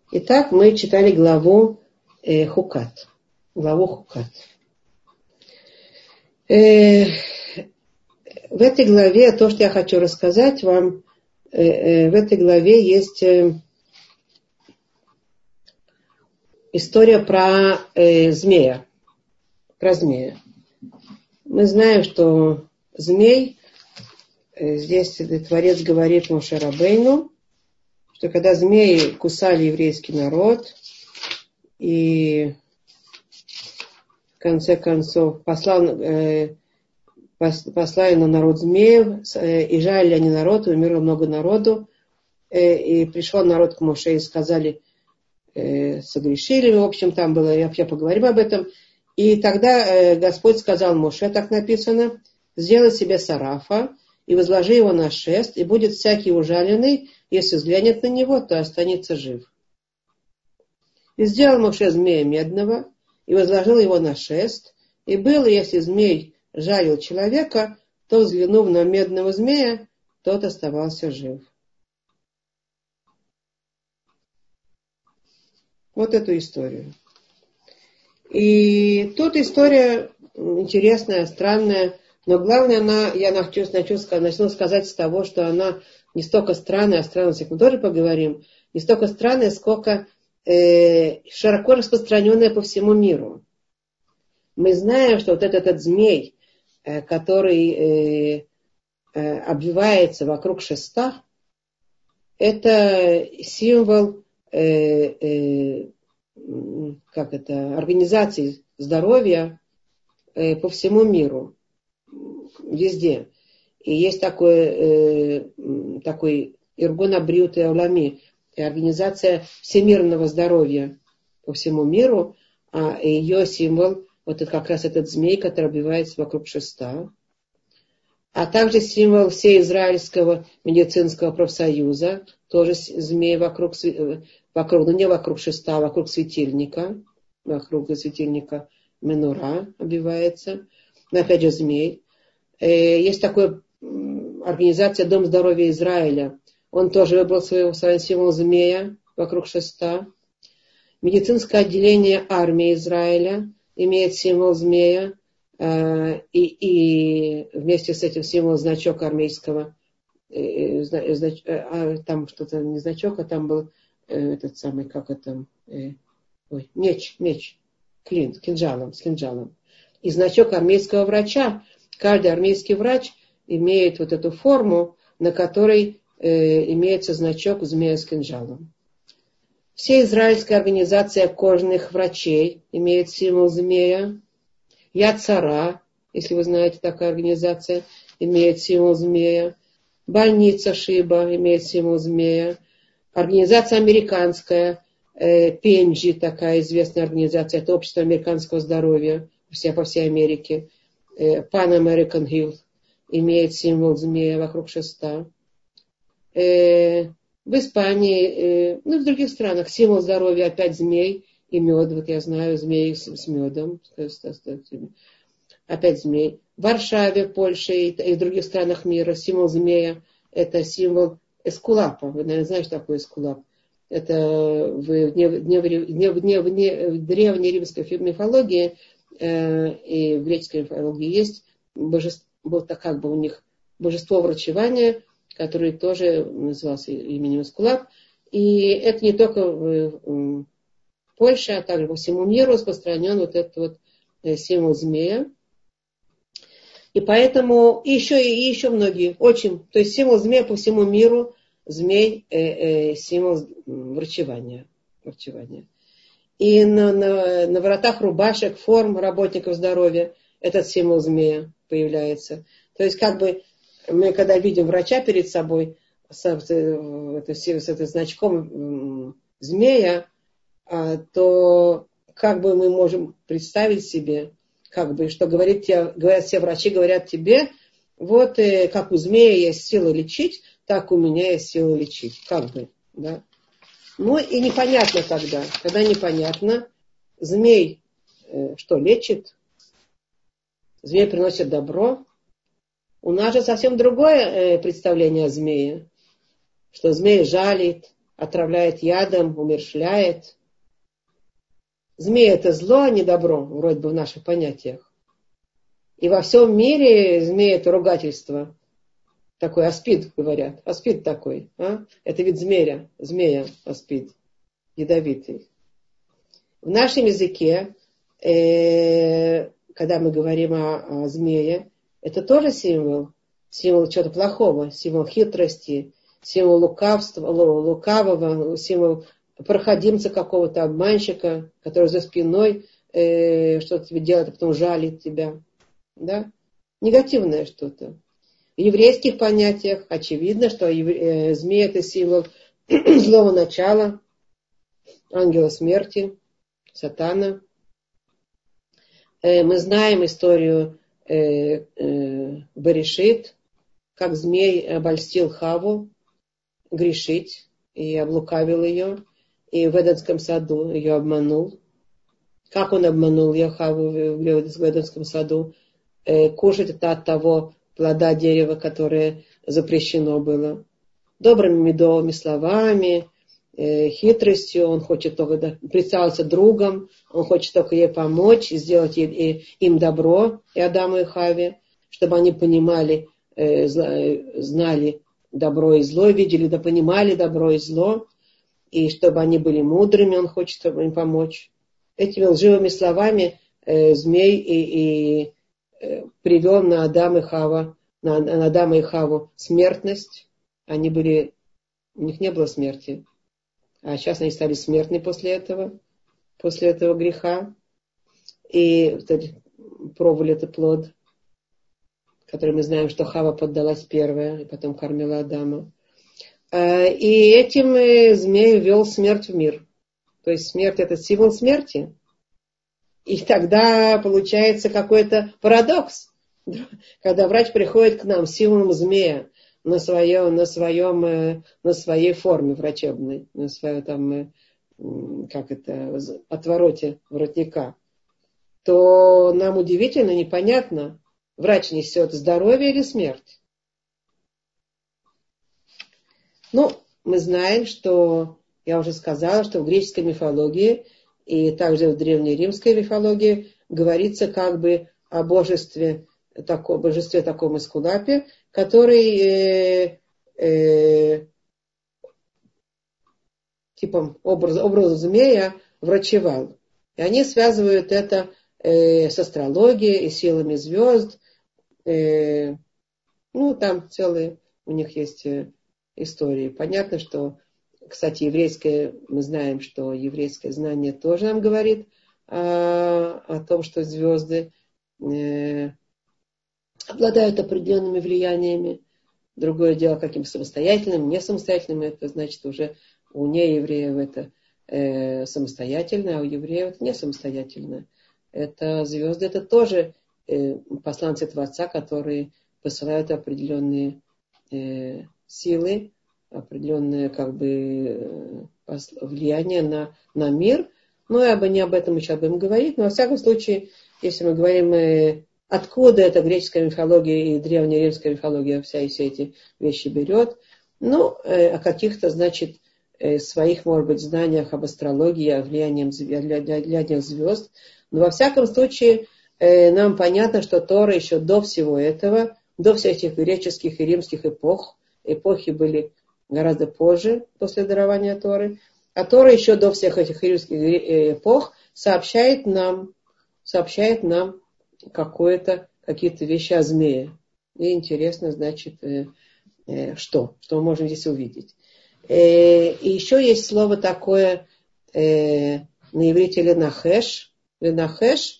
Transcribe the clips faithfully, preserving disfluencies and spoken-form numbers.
Итак, мы читали главу э, Хукат. Главу Хукат. Э, в этой главе, то, что я хочу рассказать вам, э, э, в этой главе есть э, история про э, змея. Про змея. Мы знаем, что змей, э, здесь Творец говорит Моше Рабейну, что когда змеи кусали еврейский народ, и в конце концов послал, э, послали на народ змеев, э, и жалили они народ, и умерло много народу, э, и пришел народ к Моше и сказали, э, согрешили, в общем, там было, я, я поговорим об этом, и тогда э, Господь сказал Моше, так написано, сделай себе сарафа, и возложи его на шест, и будет всякий ужаленный, если взглянет на него, то останется жив. И сделал Моше змея медного, и возложил его на шест, и было, если змей жалил человека, то, взглянув на медного змея, тот оставался жив. Вот эту историю. И тут история интересная, странная, но главное, она, я начну, начну, начну сказать с того, что она не столько странная, о странностях мы тоже поговорим, не столько странная, сколько э, широко распространенная по всему миру. Мы знаем, что вот этот, этот змей, э, который э, э, обвивается вокруг шеста, это символ э, э, как это, организации здоровья э, по всему миру. Везде. И есть такой, э, такой Иргун Абриут Олами, организация всемирного здоровья по всему миру, а ее символ, вот это как раз этот змей, который обвивается вокруг шеста, а также символ всей израильского медицинского профсоюза, тоже змей вокруг, вокруг, ну не вокруг шеста, а вокруг светильника, вокруг светильника менура обвивается, но опять же змей. Есть такая организация Дом здоровья Израиля. Он тоже выбрал своего, своего символа змея вокруг шеста. Медицинское отделение армии Израиля имеет символ змея. И, и вместе с этим символ значок армейского. Знач, а, там что-то не значок, а там был этот самый, как это, ой, меч, меч, клин, с кинжалом, с кинжалом. И значок армейского врача. Каждый армейский врач имеет вот эту форму, на которой э, имеется значок змея с кинжалом. Вся израильская организация кожаных врачей имеет символ змея. Яд Сара, если вы знаете, такая организация, имеет символ змея. Больница Шиба имеет символ змея. Организация американская, э, Пенджи, такая известная организация, это общество американского здоровья, все, по всей Америке. Pan American Health имеет символ змея вокруг шеста. Э, в Испании, э, ну и в других странах символ здоровья опять змей и мед. Вот я знаю, змей с, с медом. Опять змей. В Варшаве, Польше и, и в других странах мира символ змея это символ эскулапа. Вы, наверное, знаете, что такое эскулап. Это в, в, в, в, в древней римской мифологии и в греческой мифологии есть божество, вот так как бы у них божество врачевания, которое тоже называлось именем Эскулап. И это не только в Польше, а также по всему миру распространен вот этот вот символ змея. И поэтому и еще, и еще многие, очень, то есть символ змея по всему миру, змей э, э, символ врачевания. врачевания. И на, на, на воротах рубашек, форм работников здоровья этот символ змея появляется. То есть, как бы мы, когда видим врача перед собой с, с, с этим значком змея, то как бы мы можем представить себе, как бы, что говорит тебе, говорят все врачи, говорят тебе, вот как у змея есть сила лечить, так у меня есть сила лечить. Как бы, да. Ну и непонятно тогда, когда непонятно, змей э, что лечит, змей приносит добро. У нас же совсем другое э, представление о змее, что змей жалит, отравляет ядом, умерщвляет. Змея это зло, а не добро, вроде бы в наших понятиях. И во всем мире змея это ругательство. Такой аспид, говорят. Аспид такой. А? Это вид змея. Змея, аспид. Ядовитый. В нашем языке, э, когда мы говорим о, о змее, это тоже символ. Символ чего-то плохого. Символ хитрости. Символ лукавства, лукавого. Символ проходимца какого-то, обманщика, который за спиной э, что-то тебе делает, а потом жалит тебя. Да? Негативное что-то. В еврейских понятиях очевидно, что евре... змея это символ злого начала, ангела смерти, сатана. Мы знаем историю Берешит, как змей обольстил Хаву грешить и облукавил ее, и в Эденском саду ее обманул. Как он обманул ее, Хаву, в Эденском саду? Кушать это от того плода дерева, которое запрещено было. Добрыми медовыми словами, э, хитростью. Он хочет только представиться другом. Он хочет только ей помочь и сделать ей, и, им добро, и Адаму и Хаве, чтобы они понимали, э, знали добро и зло, видели, да понимали добро и зло, и чтобы они были мудрыми, он хочет им помочь. Этими лживыми словами э, змей и, и привел на Адама и Хава, на, на Адама и Хаву смертность. Они были, у них не было смерти. А сейчас они стали смертны после этого, после этого греха. И кстати, пробовали этот плод, который мы знаем, что Хава поддалась первая, и потом кормила Адама. И этим змей ввел смерть в мир. То есть смерть это символ смерти. И тогда получается какой-то парадокс, когда врач приходит к нам с символом змея на, своем, на, своем, на своей форме врачебной, на своем там, как это, отвороте воротника, то нам удивительно, непонятно, врач несет здоровье или смерть. Ну, мы знаем, что, я уже сказала, что в греческой мифологии и также в древнеримской мифологии говорится как бы о божестве, таком, божестве таком Эскулапе, который э, э, типом образа, образа змея врачевал. И они связывают это э, с астрологией и силами звезд. Э, ну, там целые у них есть э, истории. Понятно, что кстати, еврейское, мы знаем, что еврейское знание тоже нам говорит а, о том, что звезды э, обладают определенными влияниями. Другое дело, каким самостоятельным, не самостоятельным, это значит уже у неевреев это э, самостоятельно, а у евреев это не самостоятельно. Это звезды, это тоже э, посланцы Творца, которые посылают определенные э, силы, определенное как бы влияние на, на мир. Ну, я бы не об этом еще будем говорить, но во всяком случае, если мы говорим, откуда эта греческая мифология и древнеримская мифология вся и все эти вещи берет, ну, о каких-то, значит, своих, может быть, знаниях об астрологии, о влиянии, влиянии звезд. Но во всяком случае, нам понятно, что Тора еще до всего этого, до всех этих греческих и римских эпох, эпохи были гораздо позже, после дарования Торы. А Тора еще до всех этих римских эпох сообщает нам, сообщает нам какое-то, какие-то вещи о змее. И интересно, значит, э, э, что? Что мы можем здесь увидеть. Э, и еще есть слово такое э, на иврите ленахеш. Ленахеш,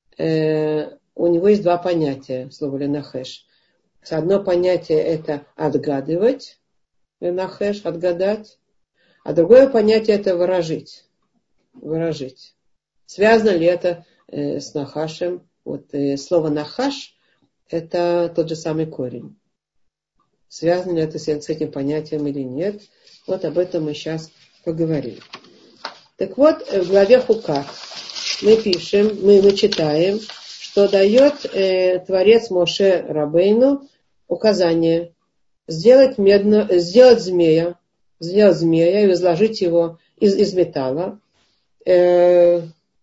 э, у него есть два понятия, слово ленахеш. Одно понятие это отгадывать, ленахеш, отгадать. А другое понятие это выражить. Выражить. Связано ли это э, с нахашем? Вот э, слово нахаш это тот же самый корень. Связано ли это с, с этим понятием или нет? Вот об этом мы сейчас поговорим. Так вот, в главе Хукат мы пишем, мы, мы читаем, что дает э, Творец Моше Рабейну указание сделать, медно, сделать змея сделать змея и изложить его из, из металла. Э,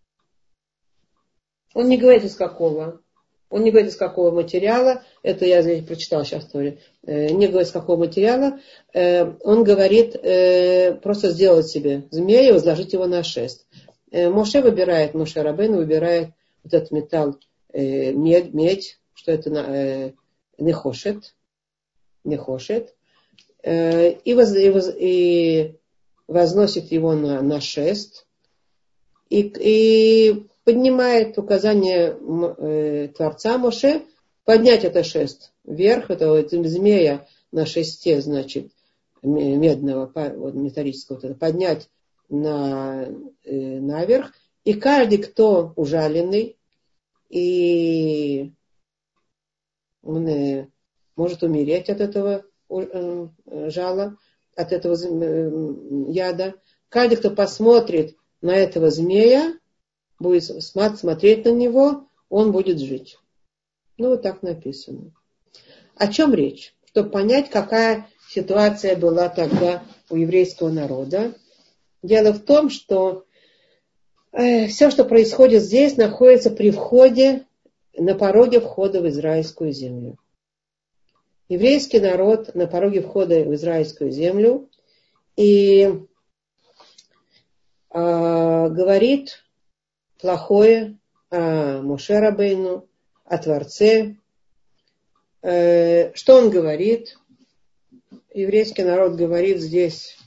он не говорит из какого. Он не говорит из какого материала. Это я здесь прочитала сейчас историю. Э, не говорит из какого материала. Э, он говорит э, просто сделать себе змея и возложить его на шест. Э, Моше выбирает, Моше Рабейну выбирает вот этот металл, э, медь, медь, что это э, нехошет. Нехошет. Э, и, воз, и, воз, и возносит его на, на шест. И, и поднимает указание э, Творца Моше поднять это шест вверх, этого змея на шесте, значит, медного, вот, металлического, вот это, поднять на, э, наверх. И каждый, кто ужаленный, и он э, может умереть от этого э, жала, от этого э, яда. Каждый, кто посмотрит на этого змея, будет смотреть на него, он будет жить. Ну, вот так написано. О чем речь? Чтобы понять, какая ситуация была тогда у еврейского народа. Дело в том, что э, все, что происходит здесь, находится при входе, на пороге входа в израильскую землю. Еврейский народ на пороге входа в израильскую землю и э, говорит плохое о Моше Рабейну, о Творце. Э, что он говорит? Еврейский народ говорит здесь: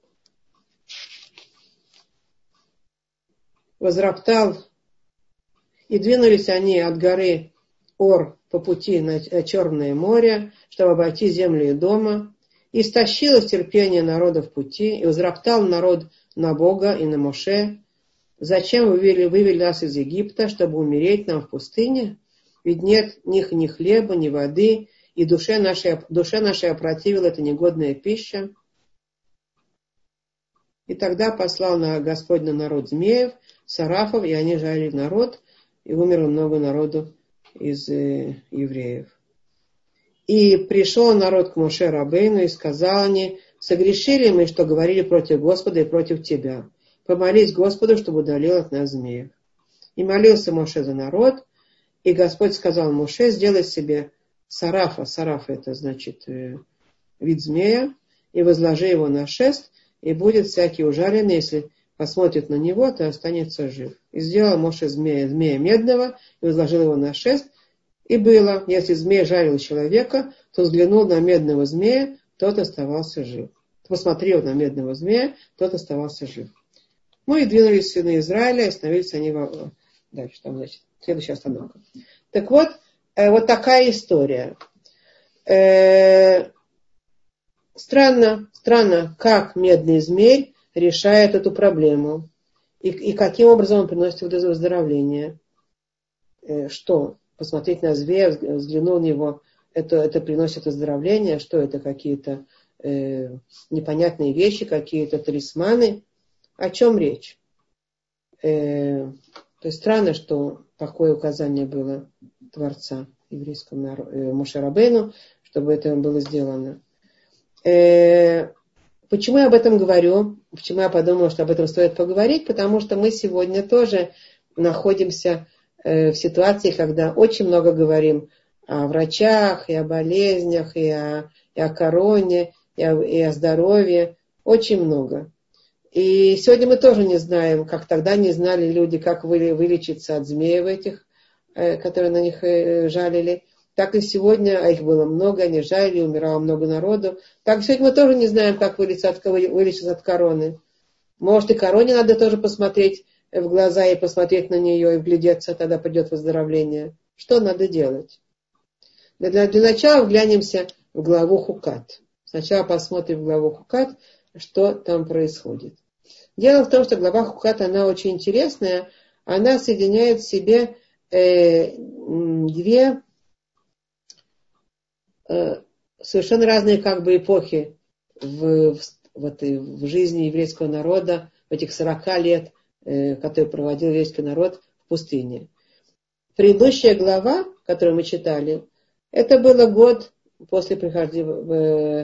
возроптал, и двинулись они от горы Ор по пути на Черное море, чтобы обойти землю Эдома. И истощилось терпение народа в пути, и возроптал народ на Бога и на Моше: зачем вы вывели, вывели нас из Египта, чтобы умереть нам в пустыне? Ведь нет ни, ни хлеба, ни воды, и душе нашей, душе нашей опротивила эта негодная пища. И тогда послал на Господь на народ змеев, сарафов, и они жарили народ, и умерло много народу из э, евреев. И пришел народ к Моше Рабейну, и сказал они: согрешили мы, что говорили против Господа и против тебя. Помолись Господу, чтобы удалил от нас змеев. И молился Моше за народ, и Господь сказал Моше: сделай себе сарафа, сарафа это значит э, вид змея, и возложи его на шест, и будет всякий ужаленный, если посмотрит на него, то останется жив. И сделал Моше змея, змея медного, и возложил его на шест. И было, если змей жарил человека, то взглянул на медного змея, тот оставался жив. Посмотрел на медного змея, тот оставался жив. Ну и двинулись сыны Израиля, и остановились они в... Дальше, там, значит, следующая остановка. Так вот, э, вот такая история. Э, странно, странно, как медный змей решает эту проблему. И, и каким образом он приносит выздоровление. Э, что? Посмотреть на змея, взглянул на него, это, это приносит выздоровление. Что это? Какие-то э, непонятные вещи, какие-то талисманы. О чем речь? Э, то есть странно, что такое указание было Творца еврейскому народу, э, Моше Рабейну, чтобы это было сделано. Э, почему я об этом говорю? Почему я подумала, что об этом стоит поговорить? Потому что мы сегодня тоже находимся э, в ситуации, когда очень много говорим о врачах, и о болезнях, и о, и о короне, и о, и о здоровье. Очень много. И сегодня мы тоже не знаем, как тогда не знали люди, как вылечиться от змеев этих, которые на них жалили. Так и сегодня, а их было много, они жалили, умирало много народу. Так сегодня мы тоже не знаем, как вылечиться от, вылечиться от короны. Может, и короне надо тоже посмотреть в глаза и посмотреть на нее и вглядеться, тогда придет выздоровление. Что надо делать? Для, для начала вглянемся в главу Хукат. Сначала посмотрим в главу Хукат, что там происходит. Дело в том, что глава Хукат, она очень интересная. Она соединяет в себе э, две э, совершенно разные как бы эпохи в, в, в, этой, в жизни еврейского народа, в этих сорока лет, э, которые проводил еврейский народ в пустыне. Предыдущая глава, которую мы читали, это было год после прихождения,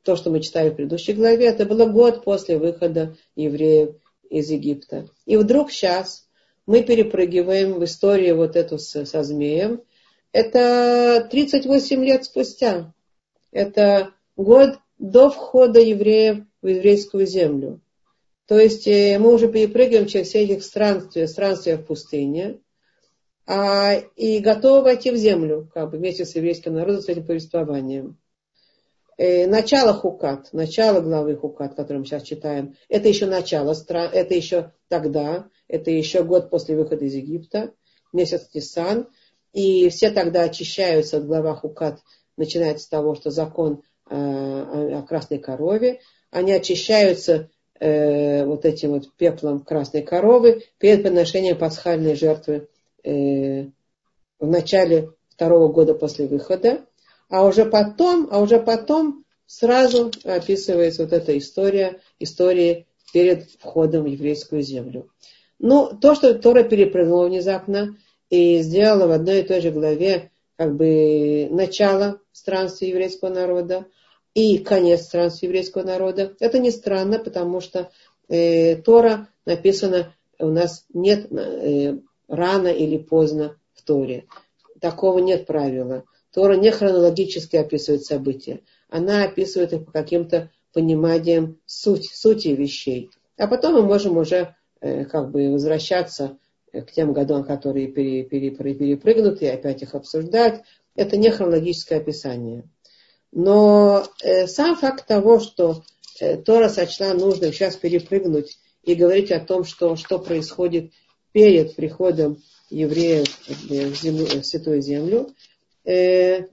то, что мы читали в предыдущей главе, это было год после выхода евреев из Египта. И вдруг сейчас мы перепрыгиваем в историю вот эту с, со змеем. Это тридцать восемь лет спустя. Это год до входа евреев в еврейскую землю. То есть мы уже перепрыгиваем через все эти странствия, странствия в пустыне, а, и готовы войти в землю, как бы вместе с еврейским народом, с этим повествованием. Э, начало Хукат, начало главы Хукат, которую мы сейчас читаем, это еще начало, это еще тогда, это еще год после выхода из Египта, месяц Нисан, и все тогда очищаются от глава Хукат, начинается с того, что закон э, о, о красной корове, они очищаются э, вот этим вот пеплом красной коровы перед приношением пасхальной жертвы э, в начале второго года после выхода. А уже потом, а уже потом сразу описывается вот эта история, история перед входом в еврейскую землю. Ну, то, что Тора перепрыгнула внезапно и сделала в одной и той же главе как бы начало странствия еврейского народа и конец странствия еврейского народа, это не странно, потому что э, Тора написана, у нас нет э, рано или поздно в Торе. Такого нет правила. Тора не хронологически описывает события. Она описывает их по каким-то пониманиям суть, сути вещей. А потом мы можем уже э, как бы возвращаться к тем годам, которые пере, пере, перепрыгнуты, и опять их обсуждать. Это не хронологическое описание. Но э, сам факт того, что э, Тора сочла нужным сейчас перепрыгнуть и говорить о том, что, что происходит перед приходом евреев в, землю, в Святую Землю, это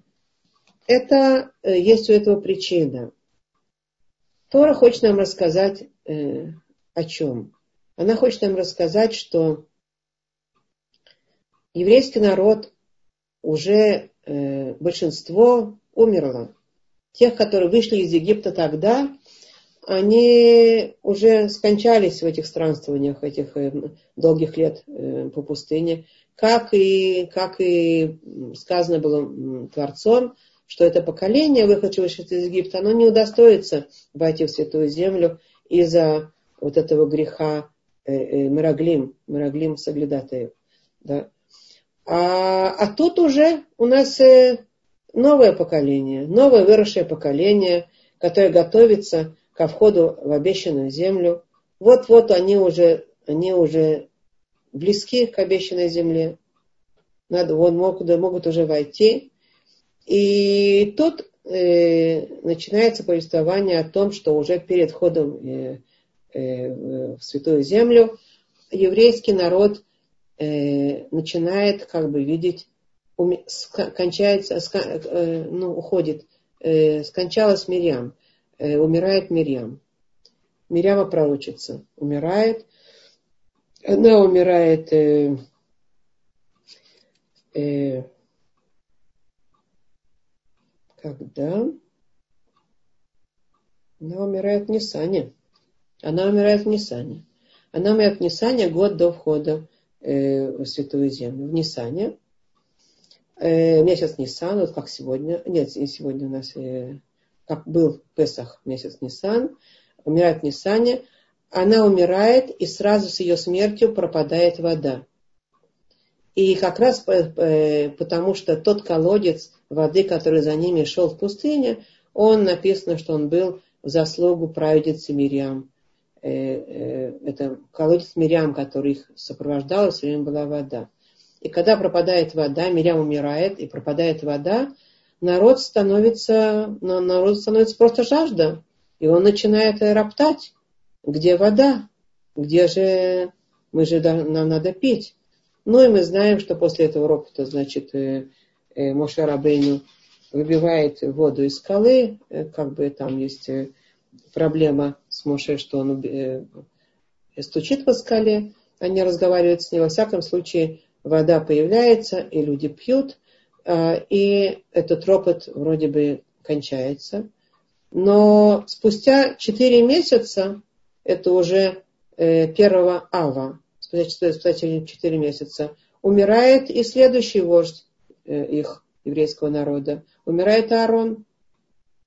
есть у этого причина. Тора хочет нам рассказать э, о чем? Она хочет нам рассказать, что еврейский народ уже э, большинство умерло. Тех, которые вышли из Египта тогда, они уже скончались в этих странствованиях, этих э, долгих лет э, по пустыне. Как и, как и сказано было Творцом, что это поколение, выходившее из Египта, оно не удостоится войти в Святую Землю из-за вот этого греха э, э, Мераглим, Мераглим соблюдатаев. Да. А, а тут уже у нас э, новое поколение, новое выросшее поколение, которое готовится ко входу в обещанную землю. Вот-вот они уже, они уже близки к обещанной земле. Надо, вон, могут, могут уже войти. И тут э, начинается повествование о том, что уже перед входом э, э, в Святую Землю еврейский народ э, начинает как бы видеть, уми, ска, кончается, ска, э, ну, уходит, э, скончалась Мирьям, э, умирает Мирьям. Мирьяма пророчица умирает. Она умирает э, э, когда? Она умирает в Нисане. Она умирает в Нисане. Она умирает в Нисане год до входа э, в Святую Землю. В Нисане. Э, месяц Нисан, вот как сегодня. Нет, не сегодня у нас, э, как был Песах, месяц Нисан. Умирает в Нисане. Она умирает, и сразу с ее смертью пропадает вода. И как раз потому, что тот колодец воды, который за ними шел в пустыне, он написано, что он был в заслугу праведицы Мирьям. Это колодец Мирьям, который их сопровождал, и все время была вода. И когда пропадает вода, Мирьям умирает, и пропадает вода, народ становится, народ становится просто жажда. И он начинает роптать. Где вода? Где же, мы же, нам надо пить. Ну и мы знаем, что после этого ропота, значит, э, э, Моше Рабейну выбивает воду из скалы, э, как бы там есть э, проблема с Моше, что он э, стучит по скале, они разговаривают с ней. Во всяком случае, вода появляется, и люди пьют, э, и этот ропот вроде бы кончается. Но спустя четыре месяца, это уже э, первого ава, спустя четыре месяца, умирает и следующий вождь э, их, еврейского народа. Умирает Аарон.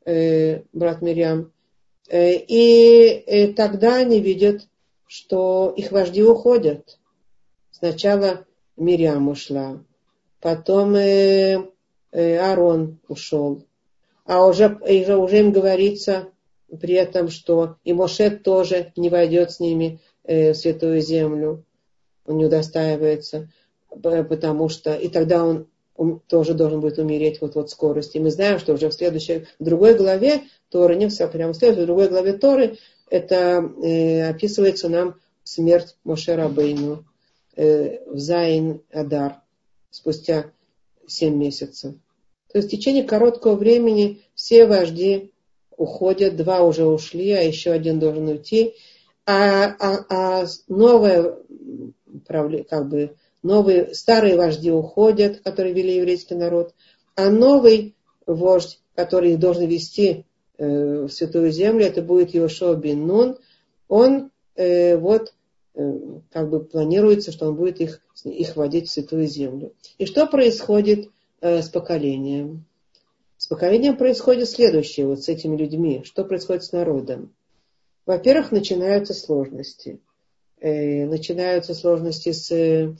э, брат Мирьям. Э, и э, тогда они видят, что их вожди уходят. Сначала Мирьям ушла, потом э, э, Аарон ушел. А уже, уже им говорится при этом, что и Моше тоже не войдет с ними э, в Святую Землю. Он не удостаивается, потому что... И тогда он, он тоже должен будет умереть вот-вот скорости. И мы знаем, что уже в следующей, в другой главе Торы, не все прямо в следующей, в другой главе Торы, это э, описывается нам смерть Моше Рабейну э, в Заин Адар спустя семь месяцев. То есть в течение короткого времени все вожди уходят, два уже ушли, а еще один должен уйти. А, а, а новое, как бы, новые, старые вожди уходят, которые вели еврейский народ, а новый вождь, который должен вести э, в Святую Землю, это будет Йошуа бен Нун, он э, вот э, как бы планируется, что он будет их, их водить в Святую Землю. И что происходит с поколением? С поколением происходит следующее, вот с этими людьми. Что происходит с народом? Во-первых, начинаются сложности. Э, начинаются сложности с, э,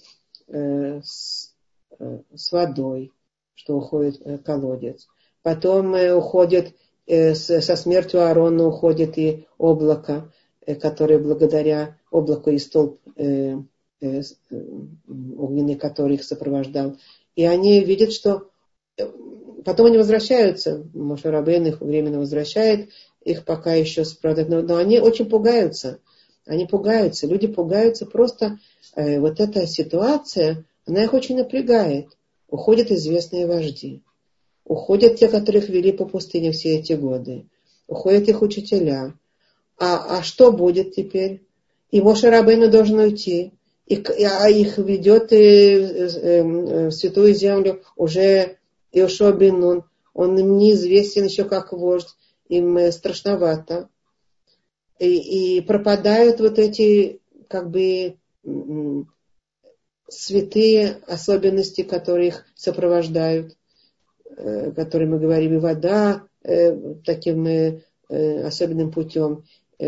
с, э, с водой, что уходит э, колодец. Потом э, уходит, э, с, со смертью Аарона уходит и облако, э, которое благодаря облаку и столб э, э, огненный, который их сопровождал. И они видят, что потом они возвращаются, Моше Рабейну их временно возвращает, их пока еще справляют, но, но они очень пугаются, они пугаются, люди пугаются, просто э, вот эта ситуация, она их очень напрягает. Уходят известные вожди, уходят те, которых вели по пустыне все эти годы, уходят их учителя. А, а что будет теперь? И Моше Рабейну должен уйти. И, а их ведет и, и, и, в Святую Землю уже Йошуа бен Нун. Он им неизвестен еще как вождь, им страшновато. И, и пропадают вот эти как бы святые особенности, которые их сопровождают, которые мы говорим, и вода таким особенным путем,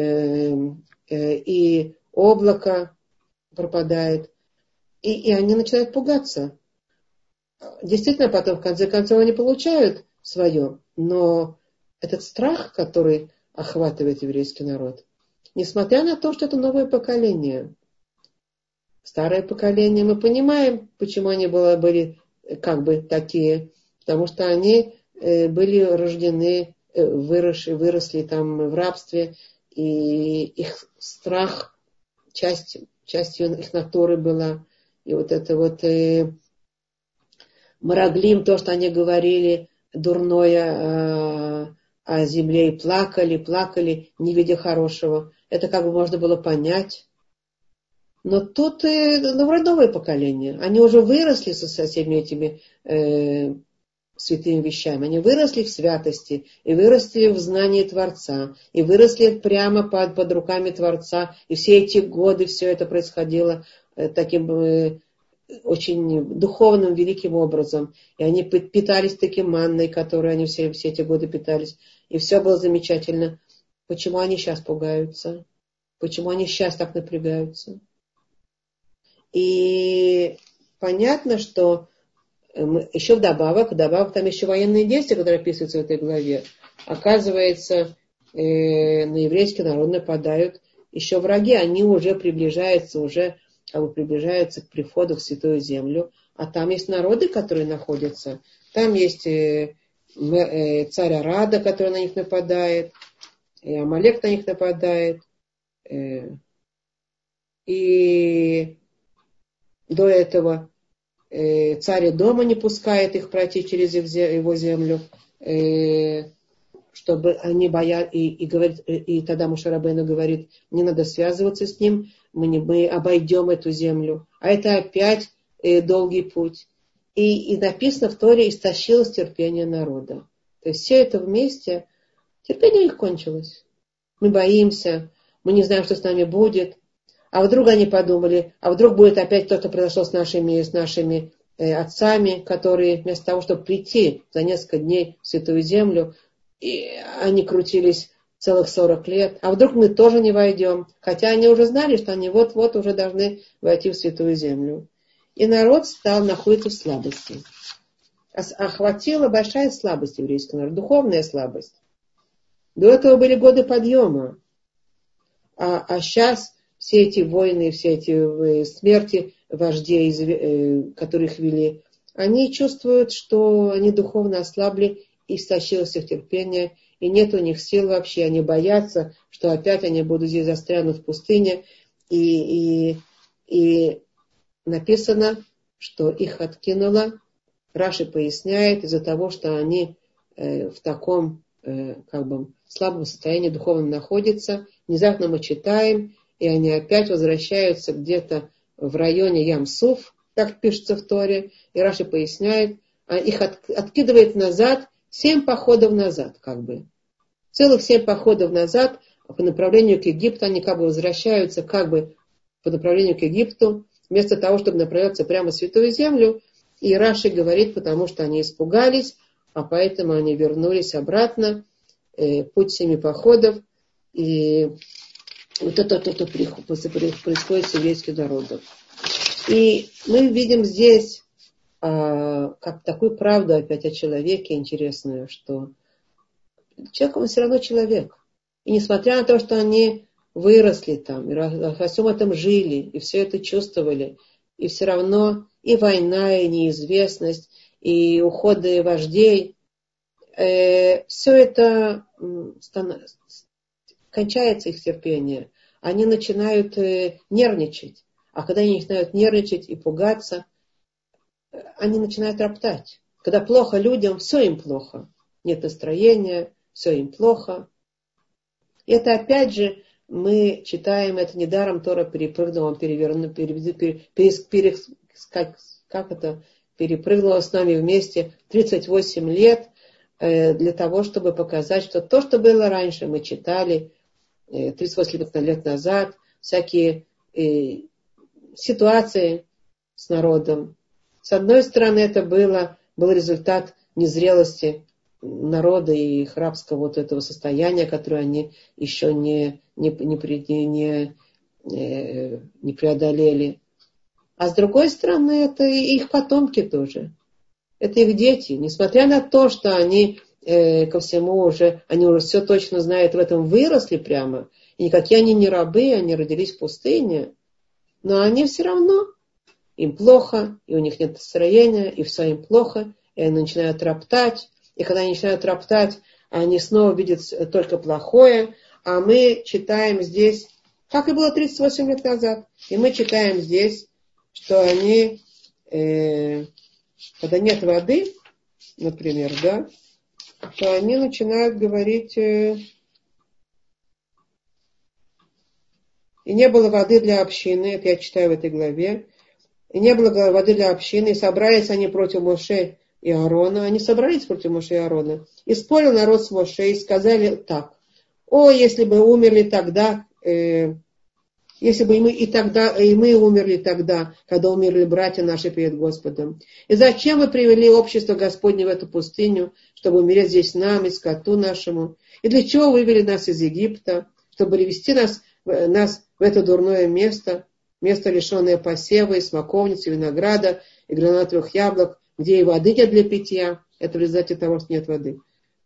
и облако пропадает. И, и они начинают пугаться. Действительно, потом, в конце концов, они получают свое. Но этот страх, который охватывает еврейский народ, несмотря на то, что это новое поколение, старое поколение, мы понимаем, почему они были как бы такие. Потому что они были рождены, выросли, выросли там в рабстве, и их страх, часть частью их натуры была. И вот это вот э, Мараглим, то, что они говорили, дурное э, о земле, и плакали, плакали, не видя хорошего. Это как бы можно было понять. Но тут э, ну, новое поколение. Они уже выросли со, со всеми этими э, святыми вещами. Они выросли в святости, и выросли в знании Творца, и выросли прямо под, под руками Творца. И все эти годы все это происходило э, таким э, очень духовным, великим образом. И они питались таким манной, которой они все, все эти годы питались. И все было замечательно. Почему они сейчас пугаются? Почему они сейчас так напрягаются? И понятно, что еще вдобавок, вдобавок там еще военные действия, которые описываются в этой главе. Оказывается, э, на еврейский народ нападают еще враги. Они уже приближаются, уже как бы приближаются к приходу в Святую Землю. А там есть народы, которые находятся. Там есть э, э, царь Арада, который на них нападает. И Амалек на них нападает. Э, и до этого царь дома не пускает их пройти через его землю, чтобы они боялись, и, и, говорит, и тогда Моше Рабейну говорит, не надо связываться с ним, мы, не, мы обойдем эту землю. А это опять долгий путь. И, и написано в Торе, истощилось терпение народа. То есть все это вместе, терпение их кончилось. Мы боимся, мы не знаем, что с нами будет. А вдруг они подумали, а вдруг будет опять то, что произошло с нашими, с нашими э, отцами, которые вместо того, чтобы прийти за несколько дней в Святую Землю, И они крутились целых сорок лет. А вдруг мы тоже не войдем? Хотя они уже знали, что они вот-вот уже должны войти в Святую Землю. И народ стал находиться в слабости. Охватила большая слабость еврейского народа, духовная слабость. До этого были годы подъема. А, а сейчас все эти войны, все эти смерти вождей, которых вели, они чувствуют, что они духовно ослабли, и истощилось их терпение, и нет у них сил вообще. Они боятся, что опять они будут здесь застрянут в пустыне. И, и, и написано, что их откинуло. Раши поясняет, из-за того, что они э, в таком э, как бы слабом состоянии духовном находятся. Внезапно мы читаем, и они опять возвращаются где-то в районе Ям-Суф, как пишется в Торе. И Раши поясняет, а их от, откидывает назад, семь походов назад, как бы. Целых семь походов назад по направлению к Египту. Они как бы возвращаются как бы по направлению к Египту, вместо того, чтобы направляться прямо в Святую Землю. И Раши говорит, потому что они испугались, а поэтому они вернулись обратно, э, путь семи походов. И вот это, это, это происходит с еврейским народом. И мы видим здесь а, как такую правду опять о человеке интересную, что человек, он все равно человек. И несмотря на то, что они выросли там, и во всем этом жили, и все это чувствовали, и все равно и война, и неизвестность, и уходы вождей, э, все это станов... кончается их терпение. Они начинают э, нервничать. А когда они начинают нервничать и пугаться, они начинают роптать. Когда плохо людям, все им плохо. Нет настроения, все им плохо. И это опять же, мы читаем, это недаром Тора перепрыгнула, перевернула, пере, пере, пере, пере, как, как это, перепрыгнула с нами вместе тридцать восемь лет э, для того, чтобы показать, что то, что было раньше, мы читали э, тридцать восемь лет назад, всякие э, ситуации с народом. С одной стороны, это было, был результат незрелости народа и их рабского вот этого состояния, которое они еще не, не, не, не, не, не преодолели. А с другой стороны, это и их потомки тоже. Это их дети. Несмотря на то, что они э, ко всему уже, они уже все точно знают, в этом выросли прямо. И никакие они не рабы, они родились в пустыне. Но они все равно, им плохо, и у них нет настроения, и все им плохо, и они начинают роптать. И когда они начинают роптать, они снова видят только плохое. А мы читаем здесь, как и было тридцать восемь лет назад, и мы читаем здесь, что они, э, когда нет воды, например, да, то они начинают говорить, э, и не было воды для общины, это я читаю в этой главе, и не было воды для общины, и собрались они против Моше и Аарона, они собрались против Моше и Аарона, и спорил народ с Моше, и сказали так: о, если бы умерли тогда, э, если бы и мы, и тогда, и мы умерли тогда, когда умерли братья наши перед Господом. И зачем вы привели общество Господне в эту пустыню, чтобы умереть здесь нам и скоту нашему? И для чего вывели нас из Египта, чтобы привести нас, нас в это дурное место, место, лишенное посева и смоковниц, и винограда, и гранатовых яблок, где и воды нет для питья? Это в результате того, что нет воды.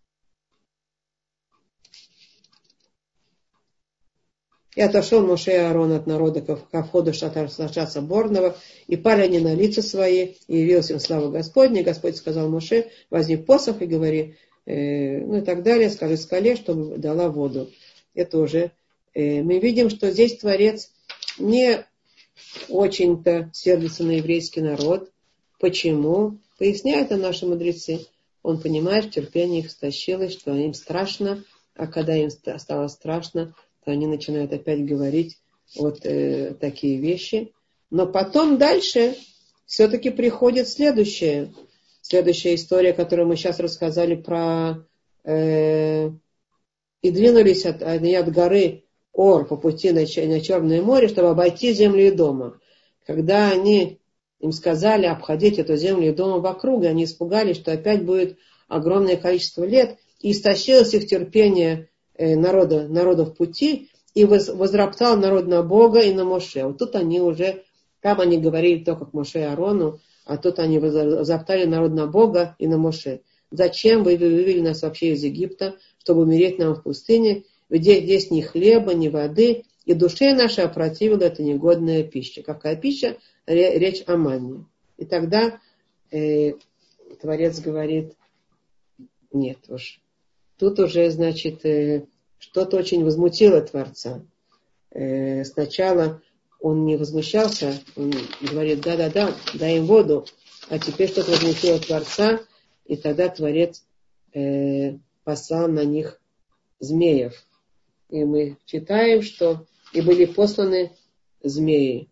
И отошел Моше и Аарон от народа ко входу шатра соборного, и пали они на лица свои, и явилась им слава Господня. И Господь сказал Моше: возьми посох и говори, э, ну и так далее, скажи скале, чтобы дала воду. Это уже э, мы видим, что здесь Творец не очень-то сердится на еврейский народ. Почему? Поясняют нам наши мудрецы. Он понимает, что терпение их истощилось, что им страшно, а когда им стало страшно, то они начинают опять говорить вот э, такие вещи. Но потом дальше все-таки приходит следующее. Следующая история, которую мы сейчас рассказали про... Э, и двинулись от, они от горы Ор по пути на, на Черное море, чтобы обойти землю Эдома. Когда они им сказали обходить эту землю Эдома вокруг, и они испугались, что опять будет огромное количество лет, и истощилось их терпение э, народа, народов пути, и воз, возроптал народ на Бога и на Моше. Вот тут они уже, там они говорили только к Моше и Аарону, а тут они возроптали народ на Бога и на Моше. Зачем вы вывели нас вообще из Египта, чтобы умереть нам в пустыне? Ведь здесь ни хлеба, ни воды, и душе нашей опротивила эта негодная пища. Какая пища? Речь о манне. И тогда э, Творец говорит, нет уж. Тут уже, значит, э, что-то очень возмутило Творца. Э, сначала он не возмущался, он говорит, да-да-да, дай им воду, а теперь что-то возмутило Творца, и тогда Творец э, послал на них змеев. И мы читаем, что и были посланы змеи.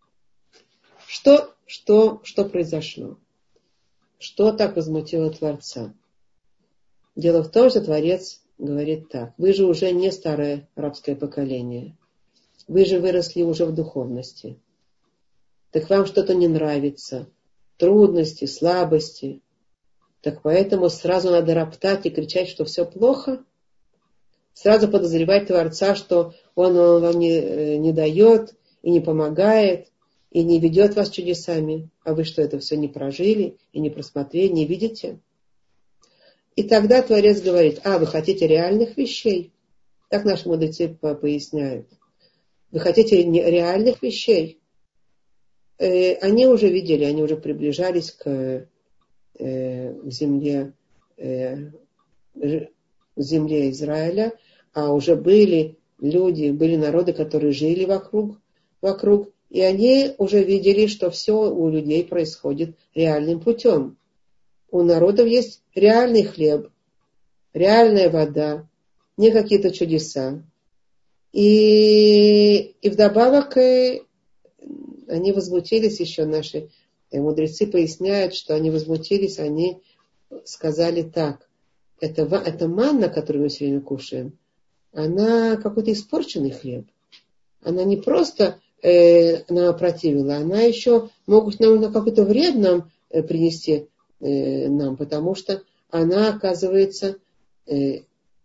Что, что, что произошло? Что так возмутило Творца? Дело в том, что Творец говорит так. Вы же уже не старое рабское поколение. Вы же выросли уже в духовности. Так вам что-то не нравится. Трудности, слабости. Так поэтому сразу надо роптать и кричать, что все плохо. Сразу подозревать Творца, что Он, он вам не, не дает и не помогает, и не ведет вас чудесами. А вы что, это все не прожили и не просмотрели, не видите? И тогда Творец говорит, а, вы хотите реальных вещей? Так наши мудрецы поясняют. Вы хотите реальных вещей? Э, они уже видели, они уже приближались к, э, к земле, э, земле Израиля, а уже были люди, были народы, которые жили вокруг, вокруг, и они уже видели, что все у людей происходит реальным путем. У народов есть реальный хлеб, реальная вода, не какие-то чудеса. И, и вдобавок они возмутились еще, наши мудрецы поясняют, что они возмутились, они сказали так, это, это манна, которую мы все время кушаем, она какой-то испорченный хлеб. Она не просто э, нам опротивила, она еще могут нам на какой-то вред нам э, принести э, нам, потому что она, оказывается, э,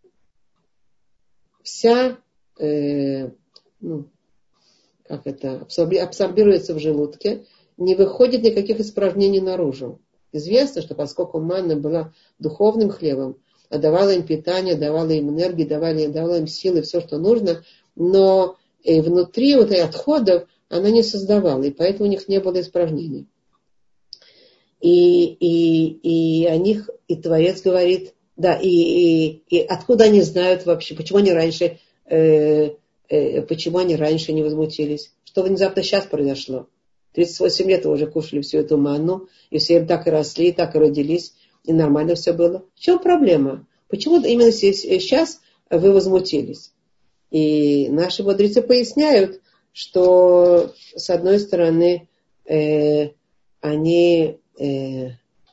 вся, э, ну, как это, абсорби, абсорбируется в желудке, не выходит никаких испражнений наружу. Известно, что поскольку манна была духовным хлебом, давала им питание, давала им энергию, давала, давала им силы, все, что нужно, но и внутри вот этих отходов она не создавала, и поэтому у них не было испражнений. И, и, и о них и Творец говорит, да, и, и, и откуда они знают вообще, почему они раньше, э, э, почему они раньше не возмутились, что внезапно сейчас произошло. тридцать восемь лет уже кушали всю эту манну, и все так и росли, так и родились, и нормально все было. В чем проблема? Почему именно сейчас вы возмутились? И наши мудрецы поясняют, что с одной стороны э, они, э,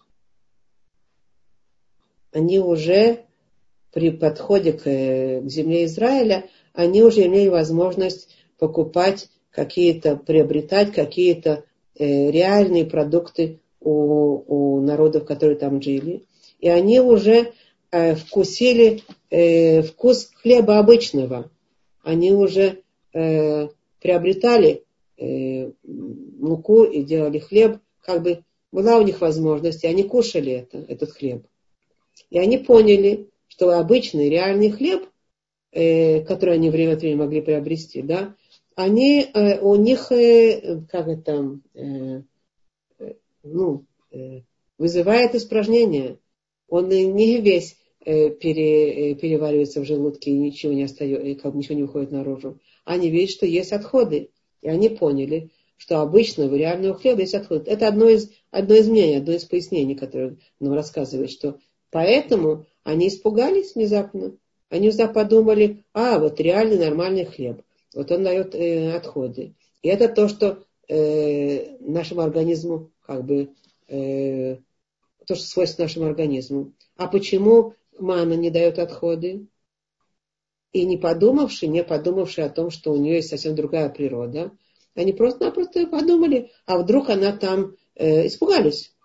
они уже при подходе к, к земле Израиля, они уже имели возможность покупать какие-то, приобретать какие-то э, реальные продукты у, у народов, которые там жили. И они уже э, вкусили э, вкус хлеба обычного. Они уже э, приобретали э, муку и делали хлеб. Как бы была у них возможность, и они кушали это, этот хлеб. И они поняли, что обычный реальный хлеб, э, который они время от времени могли приобрести, да, они, э, у них, э, как это, э, э, ну, э, вызывает испражнения. Он не весь э, пере, э, переваривается в желудке и ничего не остается, и как ничего не уходит наружу. Они видят, что есть отходы. И они поняли, что обычного реального хлеба есть отходы. Это одно из, одно из мнений, одно из пояснений, которое нам рассказывает, что поэтому они испугались внезапно. Они внезапно подумали, а, вот реальный нормальный хлеб. Вот он дает э, отходы. И это то, что э, нашему организму, как бы, э, то, что свойственно нашему организму. А почему манна не дает отходы? И не подумавши, не подумавши о том, что у нее есть совсем другая природа, они просто-напросто подумали, а вдруг она там, э, испугались.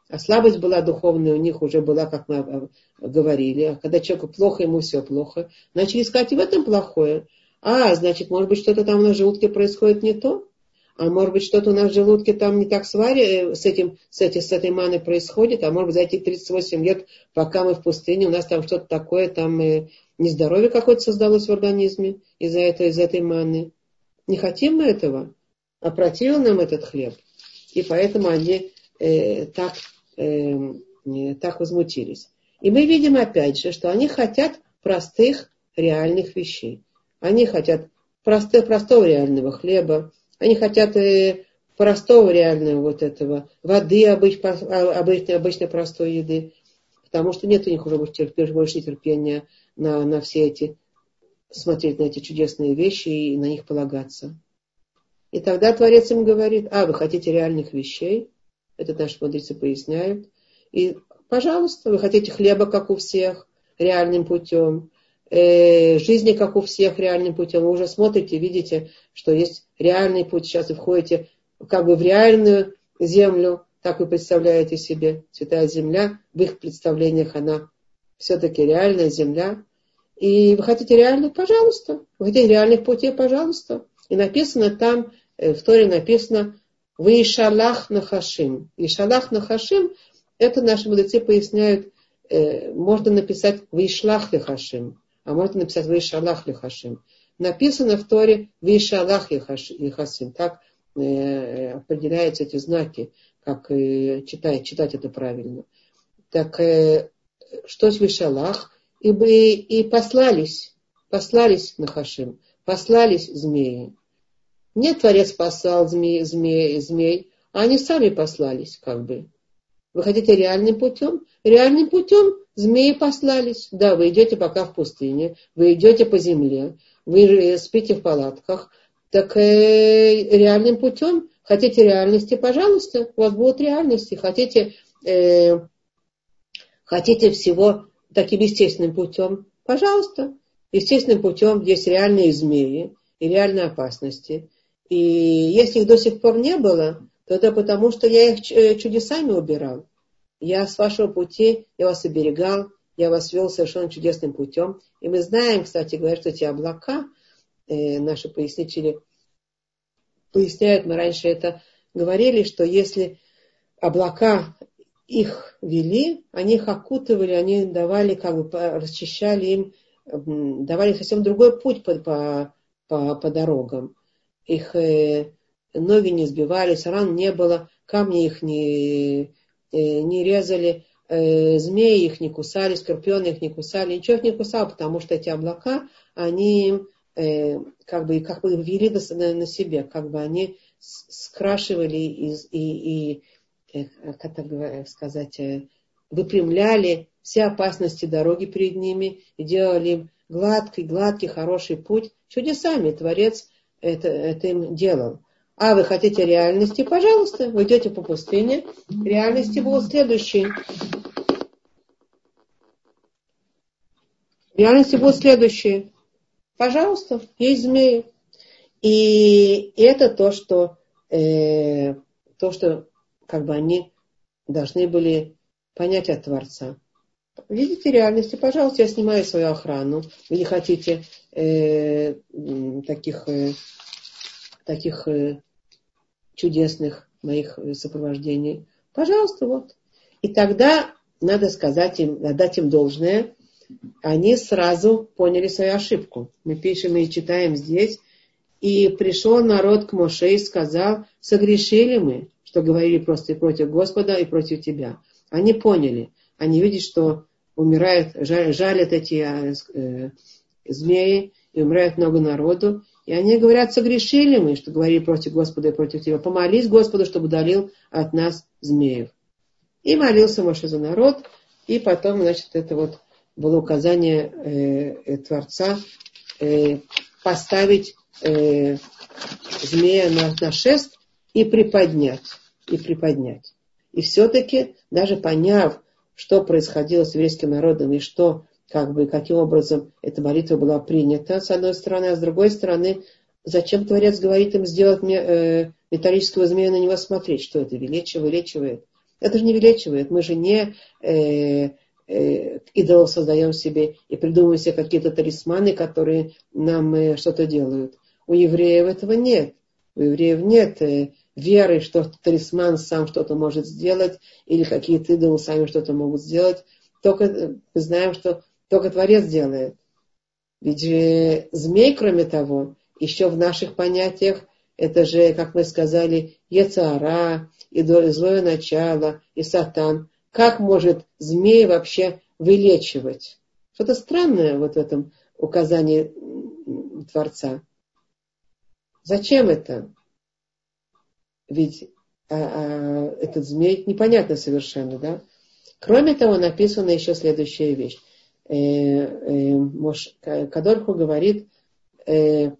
А слабость была духовная, у них уже была, как мы говорили. А когда человеку плохо, ему все плохо. Начали искать и в этом плохое. А, значит, может быть, что-то там на желудке происходит не то? А может быть, что-то у нас в желудке там не так с, варе, с, этим, с, этим, с этой маной происходит? А может быть, за эти тридцать восемь лет, пока мы в пустыне, у нас там что-то такое, там э, нездоровье какое-то создалось в организме из-за этой, из этой маны. Не хотим мы этого? А противил нам этот хлеб. И поэтому они э, так, э, э, так возмутились. И мы видим опять же, что они хотят простых реальных вещей. Они хотят простых, простого реального хлеба. Они хотят э, простого реального вот этого, воды обычно, обычно, обычно простой еды. Потому что нет у них уже больше терпения на, на все эти, смотреть на эти чудесные вещи и на них полагаться. И тогда Творец им говорит: а, вы хотите реальных вещей? Это наши мудрецы поясняют. И, пожалуйста, вы хотите хлеба, как у всех, реальным путем, э, жизни, как у всех, реальным путем. Вы уже смотрите, видите, что есть реальный путь. Сейчас вы входите как бы в реальную землю, так вы представляете себе. Святая земля, в их представлениях она все-таки реальная земля. И вы хотите реальных, пожалуйста. Вы хотите реальных путей, пожалуйста. И написано там, в Торе написано «Ваишалах нахашим». «Ваишалах нахашим» это наши мудрецы поясняют, э, можно написать «Ваишлах лихашим», а можно написать «Ваишалах лихашим». Написано в Торе «Ваишалах лихашим». Так э, определяются эти знаки, как э, читать, читать это правильно. Так э, что с «Ваишалах»? И, и послались, послались нахашим, послались змеи. Не Творец послал змей, змей, змей, а они сами послались, как бы. Вы хотите реальным путем? Реальным путем змеи послались. Да, вы идете пока в пустыне, вы идете по земле, вы спите в палатках. Так э, реальным путем, хотите реальности, пожалуйста, у вас будут реальности. Хотите, э, хотите всего таким естественным путем, пожалуйста. Естественным путем есть реальные змеи и реальные опасности. И если их до сих пор не было, то это потому, что я их чудесами убирал. Я с вашего пути, я вас оберегал, я вас вел совершенно чудесным путем. И мы знаем, кстати говоря, что эти облака, э, наши пояснители поясняют, мы раньше это говорили, что если облака их вели, они их окутывали, они давали, как бы, расчищали им, давали совсем другой путь по, по, по, по дорогам. Их э, ноги не сбивались, ран не было, камни их не, э, не резали, э, змеи их не кусали, скорпионы их не кусали, ничего их не кусал, потому что эти облака, они э, как бы, как бы вели на, на себе, как бы они скрашивали и, и, и э, как так сказать, э, выпрямляли все опасности дороги перед ними и делали им гладкий, гладкий, хороший путь. Чудесами Творец Это, это им делал. А вы хотите реальности? Пожалуйста, вы идете по пустыне. Реальности будут следующие. Реальности будут следующие. Пожалуйста, есть змеи. И это то, что, э, то, что как бы они должны были понять от Творца. Видите реальности? Пожалуйста, я снимаю свою охрану. Вы не хотите э, таких, э, таких э, чудесных моих сопровождений. Пожалуйста, вот. И тогда надо сказать им, отдать им должное. Они сразу поняли свою ошибку. Мы пишем и читаем здесь. И пришел народ к Моше и сказал: согрешили мы, что говорили просто и против Господа, и против тебя. Они поняли. Они видят, что умирают, жаль, жалят эти э, змеи, и умирает много народу. И они говорят: согрешили мы, что говорили против Господа и против тебя. Помолись Господу, чтобы удалил от нас змеев. И молился Моше за народ. И потом, значит, это вот было указание э, э, Творца э, поставить э, змея на, на шест и приподнять. И приподнять. И все-таки, даже поняв, что происходило с еврейским народом и что, как бы, каким образом эта молитва была принята, с одной стороны, а с другой стороны, зачем Творец говорит им сделать мне, э, металлического змея, на него смотреть, что это, вылечивает, вылечивает. Это же не вылечивает. Мы же не э, э, идолов создаем себе и придумываем себе какие-то талисманы, которые нам э, что-то делают. У евреев этого нет. У евреев нет э, веры, что талисман сам что-то может сделать, или какие-то идолы сами что-то могут сделать. Только э, мы знаем, что только Творец делает. Ведь же змей, кроме того, еще в наших понятиях, это же, как мы сказали, Йецер-ара, и злое начало, и сатан. Как может змей вообще вылечивать? Что-то странное вот в этом указании Творца. Зачем это? Ведь а, а, этот змей непонятно совершенно, да? Кроме того, написана еще следующая вещь. Э, э, Мош, Кадорху говорит, э,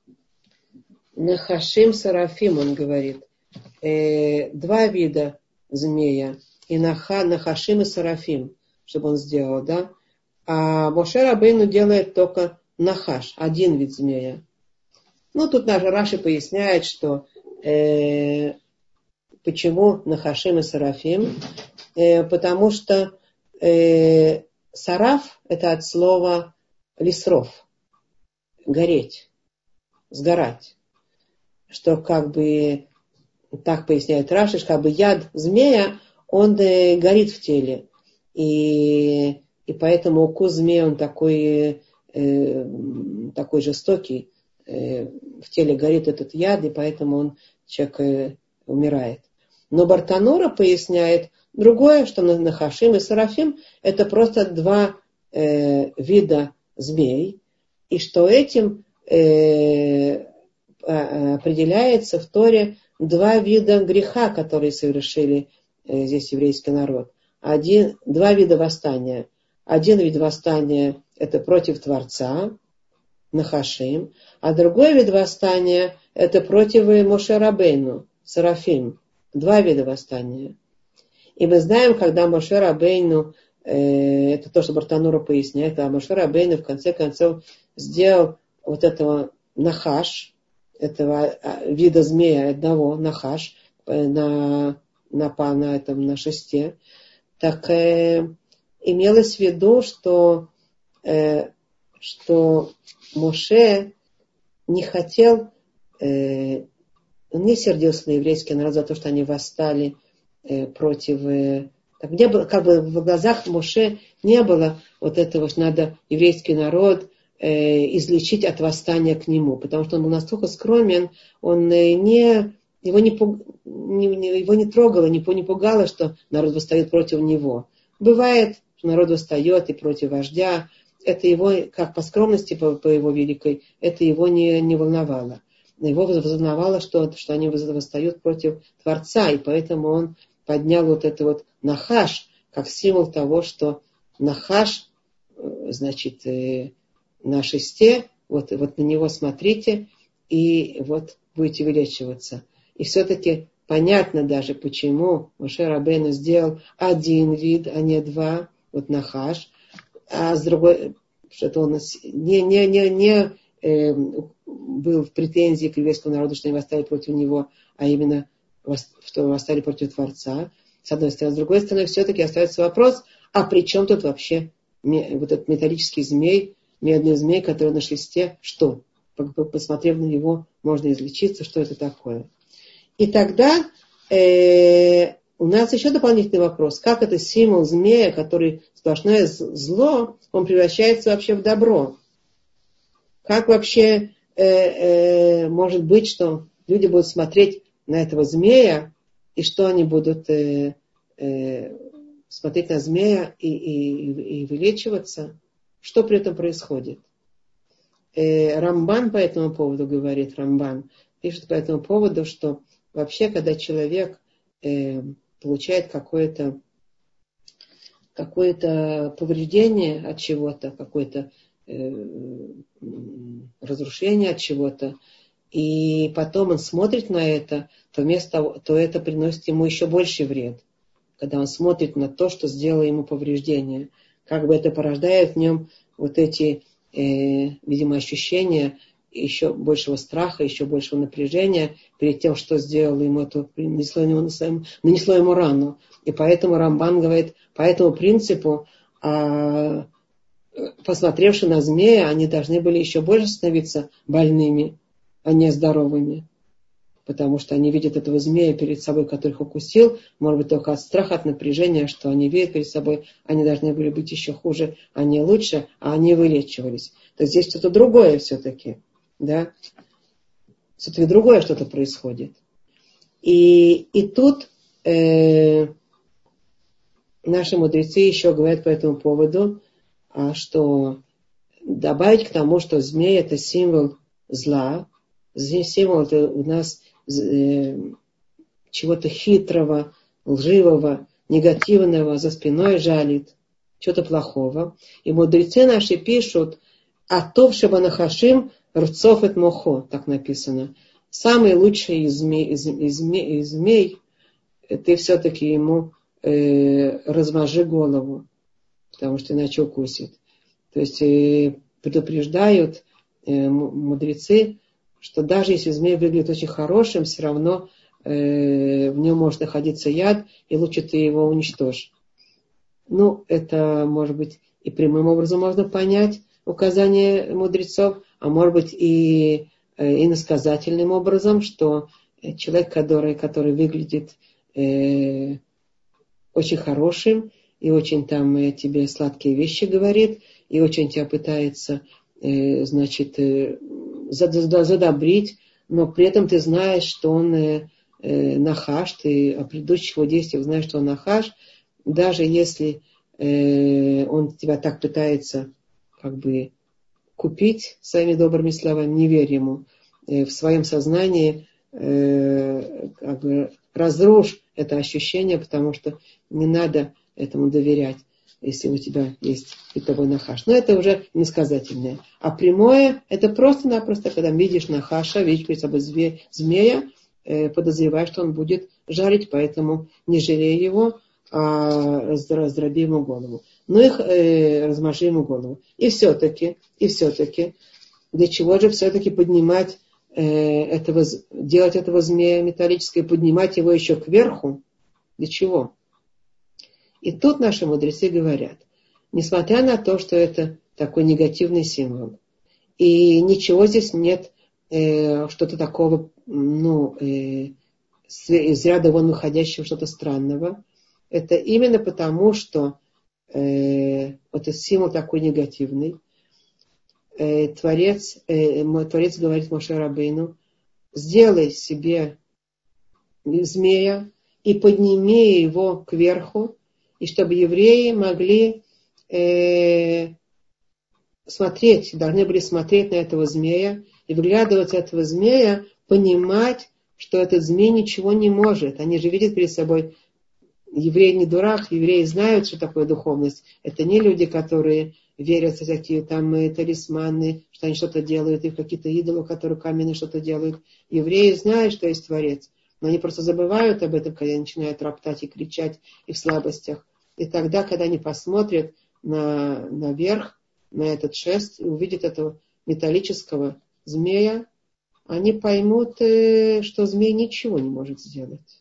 Нахашим Сарафим, он говорит, э, два вида змея, и наха, Нахашим и Сарафим, чтобы он сделал, да? А Моше Рабейну делает только Нахаш, один вид змея. Ну, тут наш Раши поясняет, что э, почему Нахашим и Сарафим, э, потому что э, Сараф это от слова лисров, гореть, сгорать. Что как бы, так поясняет Раши, как бы яд змея, он э, горит в теле. И, и поэтому укус змея, он такой, э, такой жестокий. Э, в теле горит этот яд, и поэтому он, человек э, умирает. Но Бартанура поясняет другое, что Нахашим и Сарафим это просто два э, вида змей, и что этим э, определяется в Торе два вида греха, которые совершили э, здесь еврейский народ. Один, два вида восстания. Один вид восстания это против Творца, Нахашим, а другой вид восстания это против Моше Рабейну, Сарафим. Два вида восстания. И мы знаем, когда Моше Рабейну, э, это то, что Бартанура поясняет, а Моше Рабейну в конце концов сделал вот этого Нахаш, этого вида змея одного, Нахаш, на, на, на, этом, на шесте, так э, имелось в виду, что, э, что Моше не хотел, э, он не сердился на еврейский народ за то, что они восстали э, против... Э, так, не было, как бы в глазах Моше не было вот этого, что надо еврейский народ излечить от восстания к нему, потому что он был настолько скромен, он не, его, не, не, его не трогало, не, не пугало, что народ восстает против него. Бывает, что народ восстает и против вождя, это его, как по скромности, по, по его великой, это его не, не волновало. Его волновало, что, что они восстают против Творца, и поэтому он поднял вот это вот Нахаш, как символ того, что Нахаш, значит, на шесте, вот, вот на него смотрите, и вот будете вылечиваться. И все-таки понятно даже, почему Моше Рабейну сделал один вид, а не два, вот Нахаш, а с другой, что он не, не, не, не э, был в претензии к еврейскому народу, что они восстали против него, а именно, что восстали против Творца, с одной стороны. С другой стороны, все-таки остается вопрос, а при чем тут вообще вот этот металлический змей, медный змей, который на шесте, что? Посмотрев на него, можно излечиться, что это такое. И тогда э, у нас еще дополнительный вопрос. Как это символ змея, который сплошное зло, он превращается вообще в добро? Как вообще э, э, может быть, что люди будут смотреть на этого змея, и что они будут э, э, смотреть на змея и, и, и вылечиваться? Что при этом происходит? Э, Рамбан по этому поводу говорит, Рамбан пишет по этому поводу, что вообще, когда человек э, получает какое-то, какое-то повреждение от чего-то, какое-то э, разрушение от чего-то, и потом он смотрит на это, то вместо того, то это приносит ему еще больший вред. Когда он смотрит на то, что сделало ему повреждение, как бы это порождает в нем вот эти, э, видимо, ощущения еще большего страха, еще большего напряжения перед тем, что сделало ему это, нанесло ему, нанесло ему рану. И поэтому Рамбан говорит, по этому принципу, а, посмотревши на змея, они должны были еще больше становиться больными, а не здоровыми. Потому что они видят этого змея перед собой, который их укусил, может быть, только от страха, от напряжения, что они видят перед собой, они должны были быть еще хуже, а не лучше, а они вылечивались. То есть здесь что-то другое все-таки, да? Все-таки другое что-то происходит. И, и тут э, наши мудрецы еще говорят по этому поводу, а, что добавить к тому, что змея это символ зла, символ это у нас чего-то хитрого, лживого, негативного за спиной жалит, чего-то плохого. И мудрецы наши пишут «Атов шабанахашим рцов эт мохо», так написано. Самый лучший из змей, из, из, из змей ты все-таки ему э, размажи голову, потому что иначе укусит. То есть э, предупреждают э, мудрецы, что даже если змей выглядит очень хорошим, все равно э, в нем может находиться яд, и лучше ты его уничтожь. Ну, это, может быть, и прямым образом можно понять указание мудрецов, а может быть и э, иносказательным образом, что человек, который, который выглядит э, очень хорошим, и очень там э, тебе сладкие вещи говорит, и очень тебя пытается, э, значит, э, задобрить, но при этом ты знаешь, что он э, э, нахаш, ты о предыдущих его действиях знаешь, что он нахаш, даже если э, он тебя так пытается как бы купить своими добрыми словами, не верь ему. Э, в своем сознании э, как бы разрушь это ощущение, потому что не надо этому доверять, если у тебя есть и тобой нахаш. Но это уже иносказательное. А прямое, это просто-напросто, когда видишь нахаша, видишь перед собой змея, э, подозреваешь, что он будет жарить, поэтому не жалей его, а раздроби ему голову. Ну их э, размажи ему голову. И все-таки, и все-таки, для чего же все-таки поднимать э, этого, делать этого змея металлического и поднимать его еще кверху? Для чего? И тут наши мудрецы говорят, несмотря на то, что это такой негативный символ, и ничего здесь нет э, что-то такого, ну, э, из ряда вон выходящего, что-то странного, это именно потому, что э, вот этот символ такой негативный. Э, Творец, э, мой Творец говорит Моше Рабейну, сделай себе змея и подними его кверху, и чтобы евреи могли э, смотреть, должны были смотреть на этого змея и вглядываться этого змея, понимать, что этот змей ничего не может. Они же видят перед собой, евреи не дурак, евреи знают, что такое духовность. Это не люди, которые верят в всякие там талисманы, что они что-то делают, и в какие-то идолы, которые каменные что-то делают. Евреи знают, что есть Творец. Но они просто забывают об этом, когда начинают роптать и кричать, и в слабостях. И тогда, когда они посмотрят на, наверх, на этот шест, и увидят этого металлического змея, они поймут, что змей ничего не может сделать.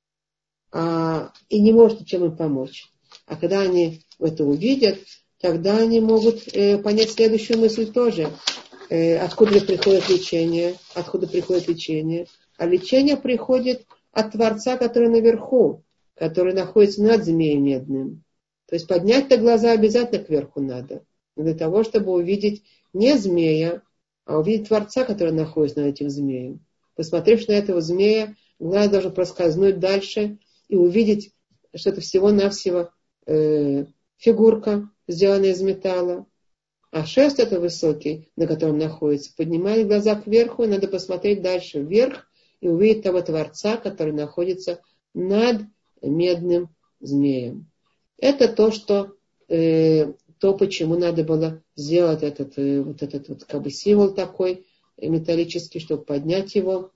А, и не может ничем им помочь. А когда они это увидят, тогда они могут э, понять следующую мысль тоже. Э, откуда приходит лечение? Откуда приходит лечение? А лечение приходит от Творца, который наверху, который находится над змеем медным. То есть поднять-то глаза обязательно кверху надо. Для того, чтобы увидеть не змея, а увидеть Творца, который находится над этим змеем. Посмотрев на этого змея, глаз должен проскользнуть дальше и увидеть, что это всего-навсего э, фигурка, сделанная из металла. А шест это высокий, на котором находится. Поднимает глаза кверху, и надо посмотреть дальше вверх и увидеть того Творца, который находится над медным змеем. Это то, что, э, то, почему надо было сделать этот, э, вот этот вот, как бы символ такой металлический, чтобы поднять его.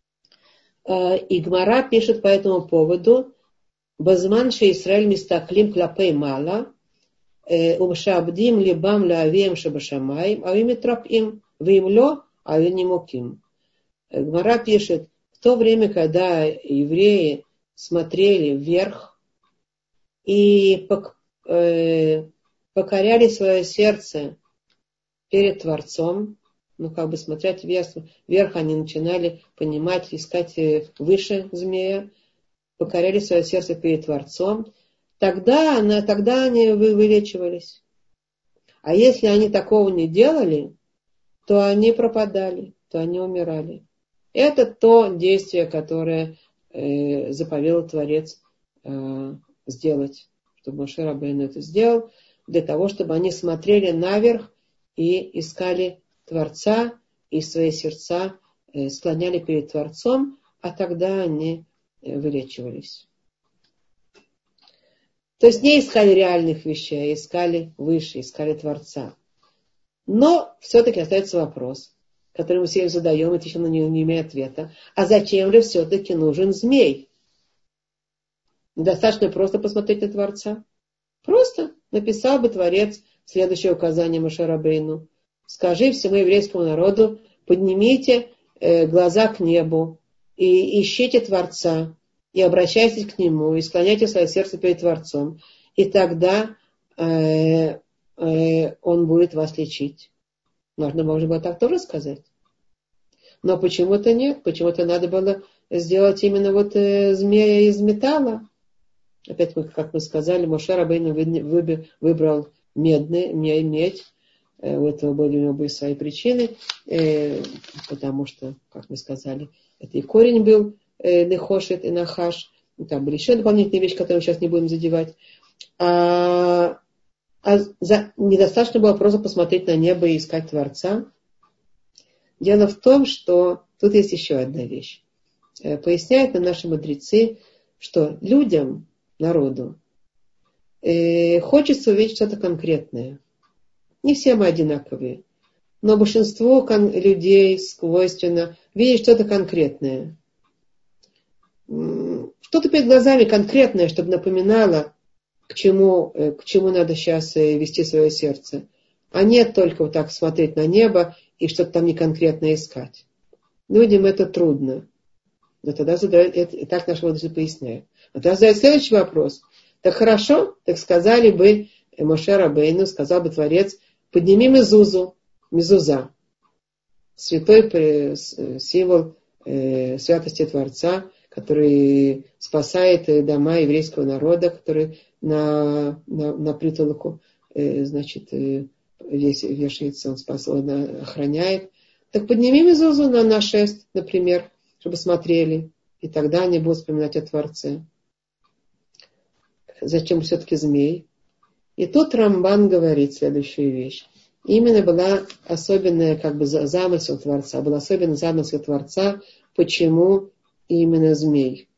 Э, и Гмара пишет по этому поводу: «Базман ше Исраэль мистаклим клапей мала, умшабдим либам лаавием шабашамаим, а им трапим вимло а не муким. Гмара пишет, в то время, когда евреи смотрели вверх и покоряли свое сердце перед Творцом, ну, как бы смотря вверх, вверх они начинали понимать, искать выше змея, покоряли свое сердце перед Творцом, тогда, она, тогда они вылечивались. А если они такого не делали, то они пропадали, то они умирали. Это то действие, которое э, заповедал Творец э, сделать, чтобы Моше Рабейну это сделал, для того, чтобы они смотрели наверх и искали Творца, и свои сердца э, склоняли перед Творцом, а тогда они э, вылечивались. То есть не искали реальных вещей, а искали выше, искали Творца. Но все-таки остается вопрос, который мы всем задаем, и еще на него не имея ответа. А зачем же все-таки нужен змей? Достаточно просто посмотреть на Творца. Просто написал бы Творец следующее указание Моше Рабейну. Скажи всему еврейскому народу, поднимите э, глаза к небу и ищите Творца, и обращайтесь к Нему, и склоняйте свое сердце перед Творцом. И тогда э, э, Он будет вас лечить. Можно, можно было так тоже сказать. Но почему-то нет. Почему-то надо было сделать именно вот э, змея из металла. Опять, как мы сказали, Моше Рабейну выбрал медный, медь. У этого были, у него были свои причины. Э, потому что, как мы сказали, это и корень был э, нехошет и нахаш. Там были еще дополнительные вещи, которые мы сейчас не будем задевать. А, а за, недостаточно было просто посмотреть на небо и искать Творца. Дело в том, что тут есть еще одна вещь. Э, поясняют нам наши мудрецы, что людям, народу, э, хочется увидеть что-то конкретное. Не все мы одинаковые, но большинству кон- людей свойственно видеть что-то конкретное. Что-то перед глазами конкретное, чтобы напоминало, к чему, э, к чему надо сейчас э, вести свое сердце. А нет только вот так смотреть на небо и что-то там неконкретно искать. Людям это трудно. Но тогда задают, это, и так наши мудрецы поясняют. А тогда задают следующий вопрос. Так хорошо, так сказали бы Моше Рабейну, сказал бы Творец, подними мезузу, мезуза, святой символ э, святости Творца, который спасает дома еврейского народа, который на, на, на притолоку э, значит, э, весь вешается, он спас, он охраняет. Так подними мезузу на, на шест, например, чтобы смотрели, и тогда они будут вспоминать о Творце. Зачем все-таки змей? И тут Рамбан говорит следующую вещь. Именно была особенная как бы замысел Творца, был особенный замысел Творца, почему именно змей.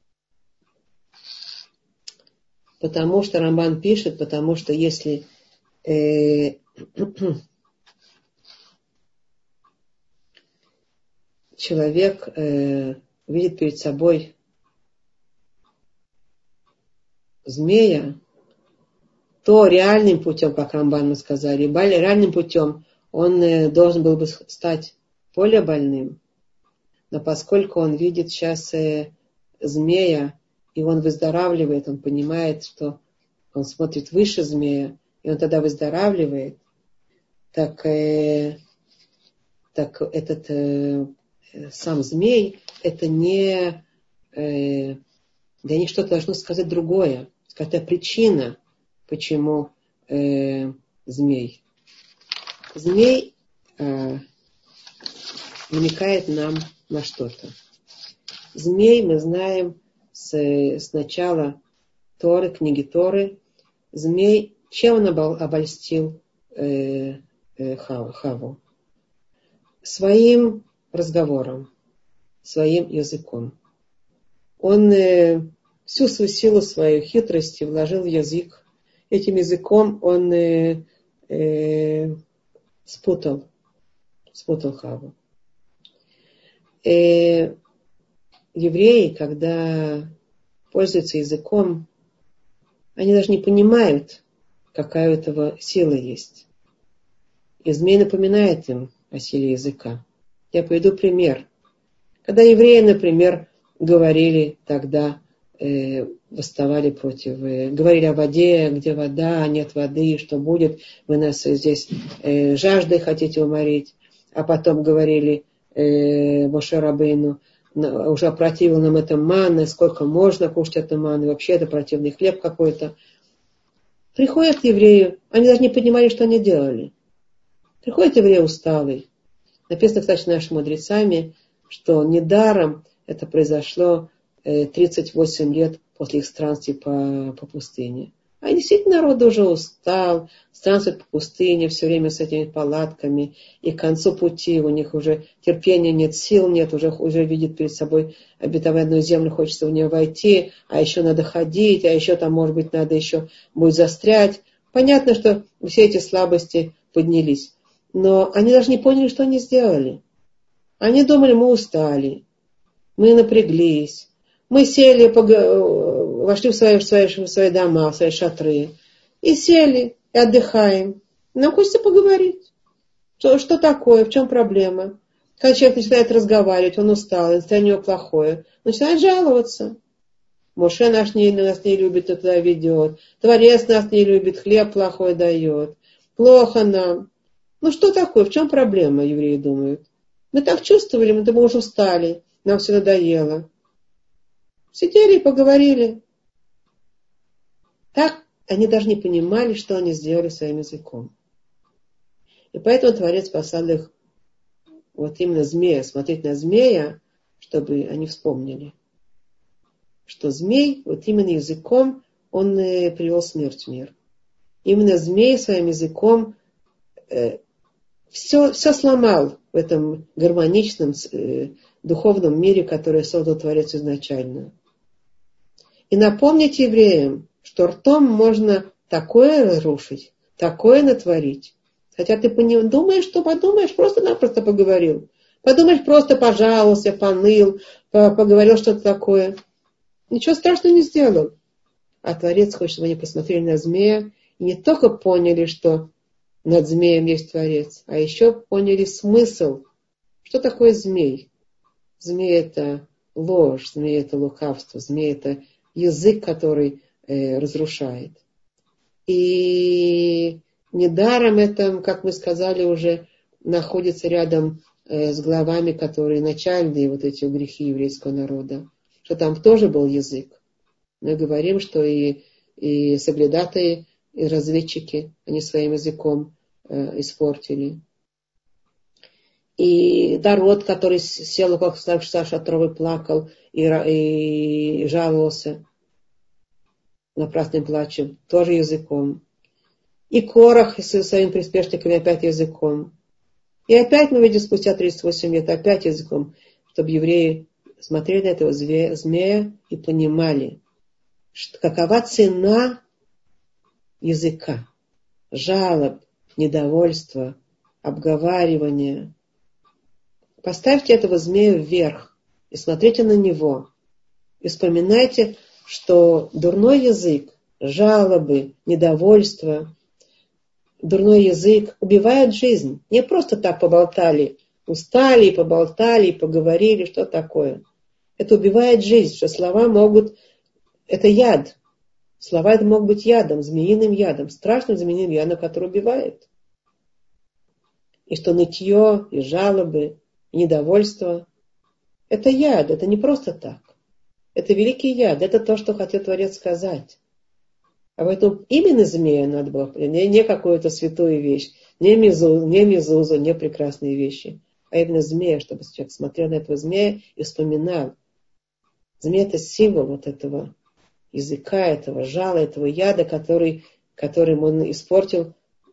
Потому что Рамбан пишет, потому что если э, человек э, видит перед собой змея, то реальным путем, как Рамбан мы сказали, реальным путем он э, должен был бы стать более больным. Но поскольку он видит сейчас э, змея, и он выздоравливает, он понимает, что он смотрит выше змея, и он тогда выздоравливает, так, э, так этот э, сам змей, это не э, для них что-то должно сказать другое, какая-то причина, почему э, змей. Змей э, намекает нам на что-то. Змей мы знаем с, с начала Торы, книги Торы. Змей, чем он обольстил э, э, Хаву? Своим разговором, своим языком. Он э, всю свою силу, свою хитрость вложил в язык. Этим языком он э, э, спутал, спутал Хаву. Э, евреи, когда пользуются языком, они даже не понимают, какая у этого сила есть. И змей напоминает им о силе языка. Я приведу пример. Когда евреи, например, говорили тогда, э, восставали против, э, говорили о воде, где вода, нет воды, что будет, вы нас здесь э, жаждой хотите уморить, а потом говорили э, Моше Рабейну, уже противил нам это манна, сколько можно кушать это манна, вообще это противный хлеб какой-то. Приходят евреи, они даже не понимали, что они делали. Приходит еврей усталый. Написано, кстати, нашими мудрецами, что недаром это произошло тридцать восемь лет после их странствий по, по пустыне. А действительно народ уже устал, странствует по пустыне все время с этими палатками, и к концу пути у них уже терпения нет, сил нет, уже, уже видит перед собой обетованную землю, хочется в нее войти, а еще надо ходить, а еще там, может быть, надо еще будет застрять. Понятно, что все эти слабости поднялись. Но они даже не поняли, что они сделали. Они думали, мы устали, мы напряглись, мы сели, вошли в свои, в свои, в свои дома, в свои шатры, и сели, и отдыхаем. Нам хочется поговорить. Что, что такое, в чем проблема? Когда человек начинает разговаривать, он устал, настроение у него плохое, начинает жаловаться. Моше наш не, нас не любит и туда ведет, Творец нас не любит, хлеб плохой дает, плохо нам. Ну что такое, в чем проблема, евреи думают? Мы так чувствовали, мы, мы уже устали, нам все надоело. Сидели и поговорили. Так они даже не понимали, что они сделали своим языком. И поэтому Творец послал их, вот именно змея, смотреть на змея, чтобы они вспомнили, что змей, вот именно языком, он э, привел смерть в мир. Именно змей своим языком э, все, все сломал в этом гармоничном э, духовном мире, который создал Творец изначально. И напомнить евреям, что ртом можно такое разрушить, такое натворить. Хотя ты думаешь, что подумаешь, просто-напросто поговорил. Подумаешь, просто пожаловался, поныл, поговорил что-то такое. Ничего страшного не сделал. А Творец хочет, чтобы они посмотрели на змея и не только поняли, что над змеем есть Творец, а еще поняли смысл. Что такое змей? Змей — это ложь, змей — это лукавство, змей — это язык, который э, разрушает. И недаром это, как мы сказали уже, находится рядом э, с главами, которые начальные, вот эти грехи еврейского народа. Что там тоже был язык. Мы говорим, что и, и соглядатые, и разведчики, они своим языком э, испортили. И народ, который сел около шатров и плакал, и, и, и жаловался напрасным плачем, тоже языком. И Корах со своими приспешниками опять языком. И опять мы видим спустя тридцать восемь лет опять языком, чтобы евреи смотрели на этого змея и понимали, что, какова цена языка, жалоб, недовольства, обговаривания. Поставьте этого змея вверх и смотрите на него. И вспоминайте, что дурной язык, жалобы, недовольство, дурной язык убивает жизнь. Не просто так поболтали, устали и поболтали, и поговорили, что такое. Это убивает жизнь, что слова могут... Это яд. Слова это могут быть ядом, змеиным ядом, страшным змеиным ядом, который убивает. И что нытье, и жалобы, и недовольство — это яд, это не просто так. Это великий яд, это то, что хотел Творец сказать. А поэтому именно змея надо было, не, не какую-то святую вещь, не мезузу, не, мезузу, не прекрасные вещи, а именно змея, чтобы человек смотрел на этого змея и вспоминал. Змея — это символ вот этого языка, этого жала, этого яда, который, которым он испортил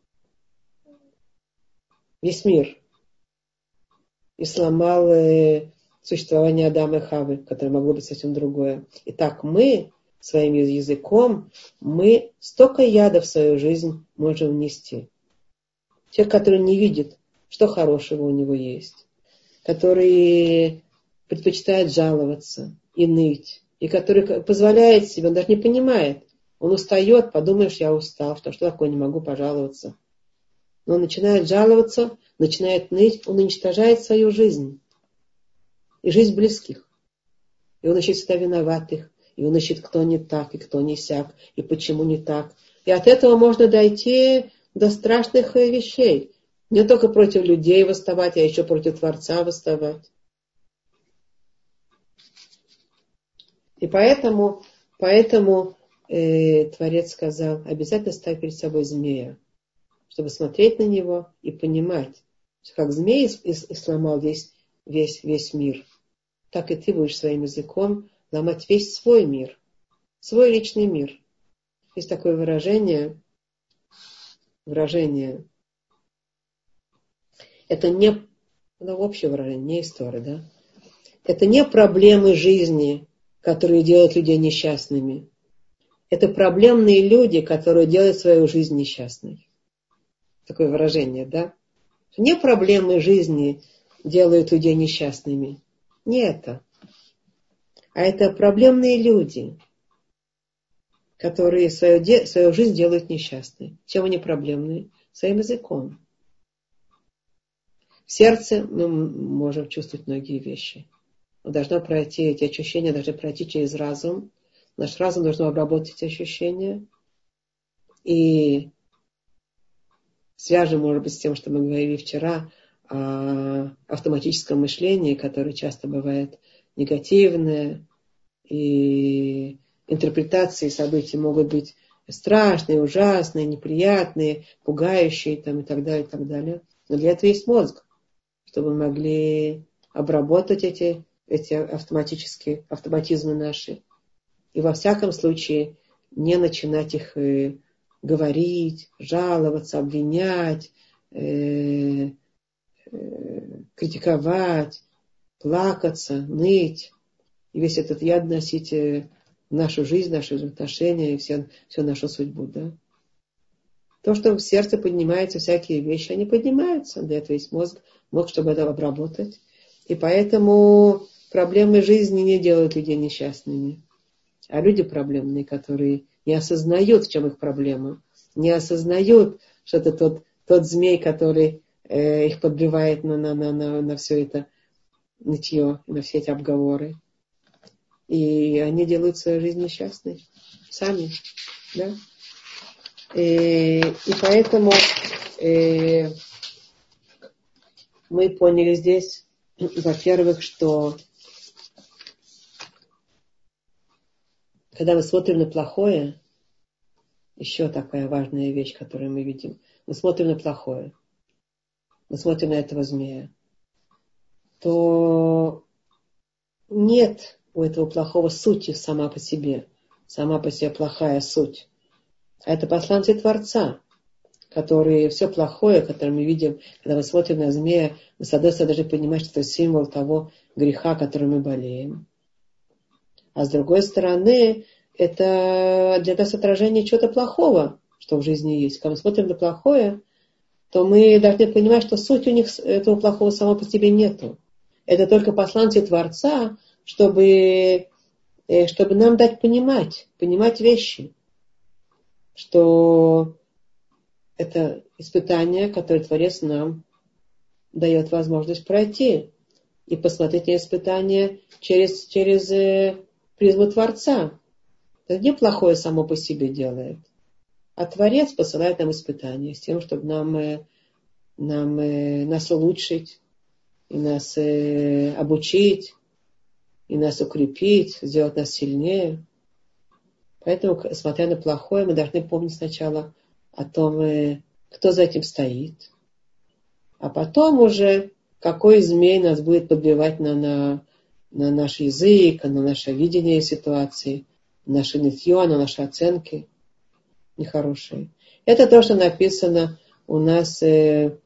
весь мир и сломал э, существование Адама и Хавы, которое могло быть совсем другое. Итак, мы своим языком, мы столько яда в свою жизнь можем внести. Человек, который не видит, что хорошего у него есть, который предпочитает жаловаться и ныть, и который позволяет себе, он даже не понимает, он устает, подумаешь, я устал, что, что такое, не могу пожаловаться. но он начинает жаловаться, начинает ныть, он уничтожает свою жизнь и жизнь близких. И он ищет всегда виноватых, и он ищет, кто не так, и кто не сяк, и почему не так. И от этого можно дойти до страшных вещей. Не только против людей восставать, а еще против Творца восставать. И поэтому, поэтому э, Творец сказал, обязательно ставь перед собой змея, чтобы смотреть на него и понимать, что как змей и, и, и сломал весь, весь, весь мир, так и ты будешь своим языком ломать весь свой мир, свой личный мир. Есть такое выражение, выражение, это не, ну, общее выражение, не история, да? Это не проблемы жизни, которые делают людей несчастными. Это проблемные люди, которые делают свою жизнь несчастной. Такое выражение, да? Не проблемы жизни делают людей несчастными. Не это. А это проблемные люди, которые свою, де- свою жизнь делают несчастной. Чем они проблемные? Своим языком. В сердце мы можем чувствовать многие вещи. Но должно пройти, эти ощущения должны пройти через разум. Наш разум должен обработать эти ощущения. И свяжем, может быть, с тем, что мы говорили вчера, о автоматическом мышлении, которое часто бывает негативное. И интерпретации событий могут быть страшные, ужасные, неприятные, пугающие там, и так далее, и так далее. Но для этого есть мозг, чтобы мы могли обработать эти, эти автоматические автоматизмы наши. И во всяком случае не начинать их э, говорить, жаловаться, обвинять, э, э, критиковать, плакаться, ныть. И весь этот яд носить в нашу жизнь, наши отношения и все, всю нашу судьбу. Да? То, что в сердце поднимаются всякие вещи, они поднимаются. Для этого есть мозг, мозг, чтобы это обработать. И поэтому проблемы жизни не делают людей несчастными. А люди проблемные, которые не осознают, в чем их проблема, не осознают, что это тот, тот змей, который э, их подбивает на, на, на, на, на все это нытье, на все эти обговоры. И они делают свою жизнь несчастной сами. Да? И, и поэтому э, мы поняли здесь, во-первых, что когда мы смотрим на плохое, еще такая важная вещь, которую мы видим, мы смотрим на плохое, мы смотрим на этого змея, то нет у этого плохого сути сама по себе, сама по себе плохая суть. А это посланцы Творца, которые все плохое, которое мы видим, когда мы смотрим на змея, мы с одной стороны должны понимать, что это символ того греха, которым мы болеем. А с другой стороны, это для нас отражение чего-то плохого, что в жизни есть. Когда мы смотрим на плохое, то мы должны понимать, что суть у них этого плохого само по себе нету. Это только посланцы Творца, чтобы, чтобы нам дать понимать, понимать вещи. Что это испытание, которое Творец нам дает возможность пройти. И посмотреть на испытание через, через призму Творца. Это не плохое само по себе делает. А Творец посылает нам испытания с тем, чтобы нам, нам, нас улучшить, и нас обучить, и нас укрепить, сделать нас сильнее. Поэтому, смотря на плохое, мы должны помнить сначала о том, кто за этим стоит. А потом уже, какой змей нас будет подбивать на, на, на наш язык, на наше видение ситуации, на наше нытье, на наши оценки нехорошие. Это то, что написано у нас «Ло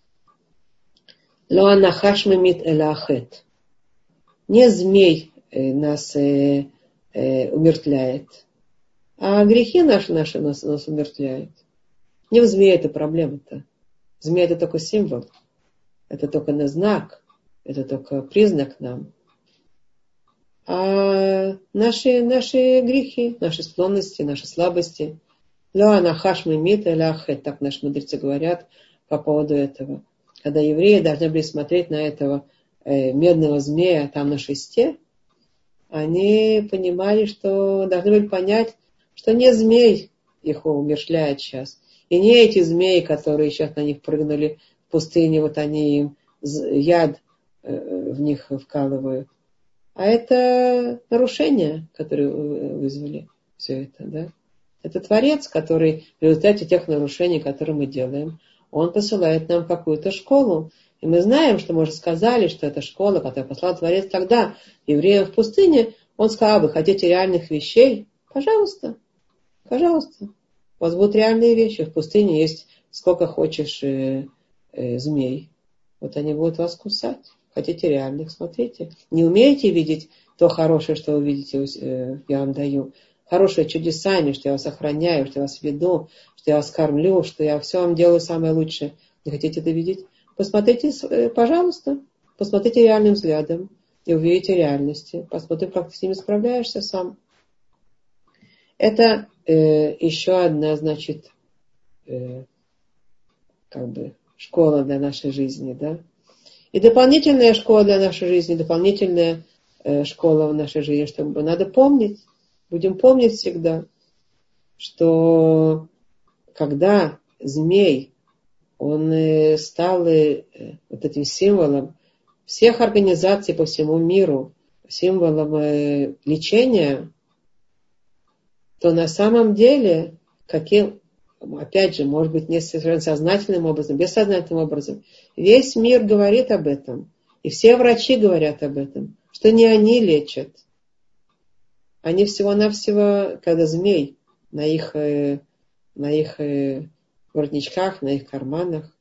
анахаш мемит эла ахет». Не змей нас э, э, умертвляет, а грехи наши, наши нас, нас умертвляют. Не в змее это проблема-то. Змея это только символ. Это только на знак. Это только признак нам. А наши, наши грехи, наши склонности, наши слабости. Ла нахаш мимит эла ахет. Так наши мудрецы говорят. по поводу этого. Когда евреи должны были смотреть на этого э, медного змея там на шесте, они понимали, что должны были понять, что не змей их умерщвляет сейчас. И не эти змеи, которые сейчас на них прыгнули в пустыне, вот они им яд в них вкалывают. А это нарушения, которые вызвали все это. Да? Это Творец, который в результате тех нарушений, которые мы делаем, он посылает нам какую-то школу. И мы знаем, что мы уже сказали, что это школа, которую послал Творец тогда евреям в пустыне. Он сказал: вы хотите реальных вещей? Пожалуйста, пожалуйста. У вас будут реальные вещи. В пустыне есть сколько хочешь э, э, змей. Вот они будут вас кусать. Хотите реальных? Смотрите. Не умеете видеть то хорошее, что вы видите, э, я вам даю. Хорошие чудесами, что я вас охраняю, что я вас веду, что я вас кормлю, что я все вам делаю самое лучшее. Не хотите это видеть? Посмотрите, э, пожалуйста. Посмотрите реальным взглядом. И увидите реальности. Посмотрим, как ты с ними справляешься сам. Это э, еще одна, значит, э, как бы школа для нашей жизни, да. И дополнительная школа для нашей жизни, дополнительная э, школа в нашей жизни, чтобы надо помнить, будем помнить всегда, что когда змей, он э, стал э, вот этим символом всех организаций по всему миру, символом э, лечения, то на самом деле, каким, опять же, может быть, не совершенно сознательным образом, бессознательным образом, весь мир говорит об этом. И все врачи говорят об этом, что не они лечат. Они всего-навсего, когда змей на их, на их воротничках, на их карманах,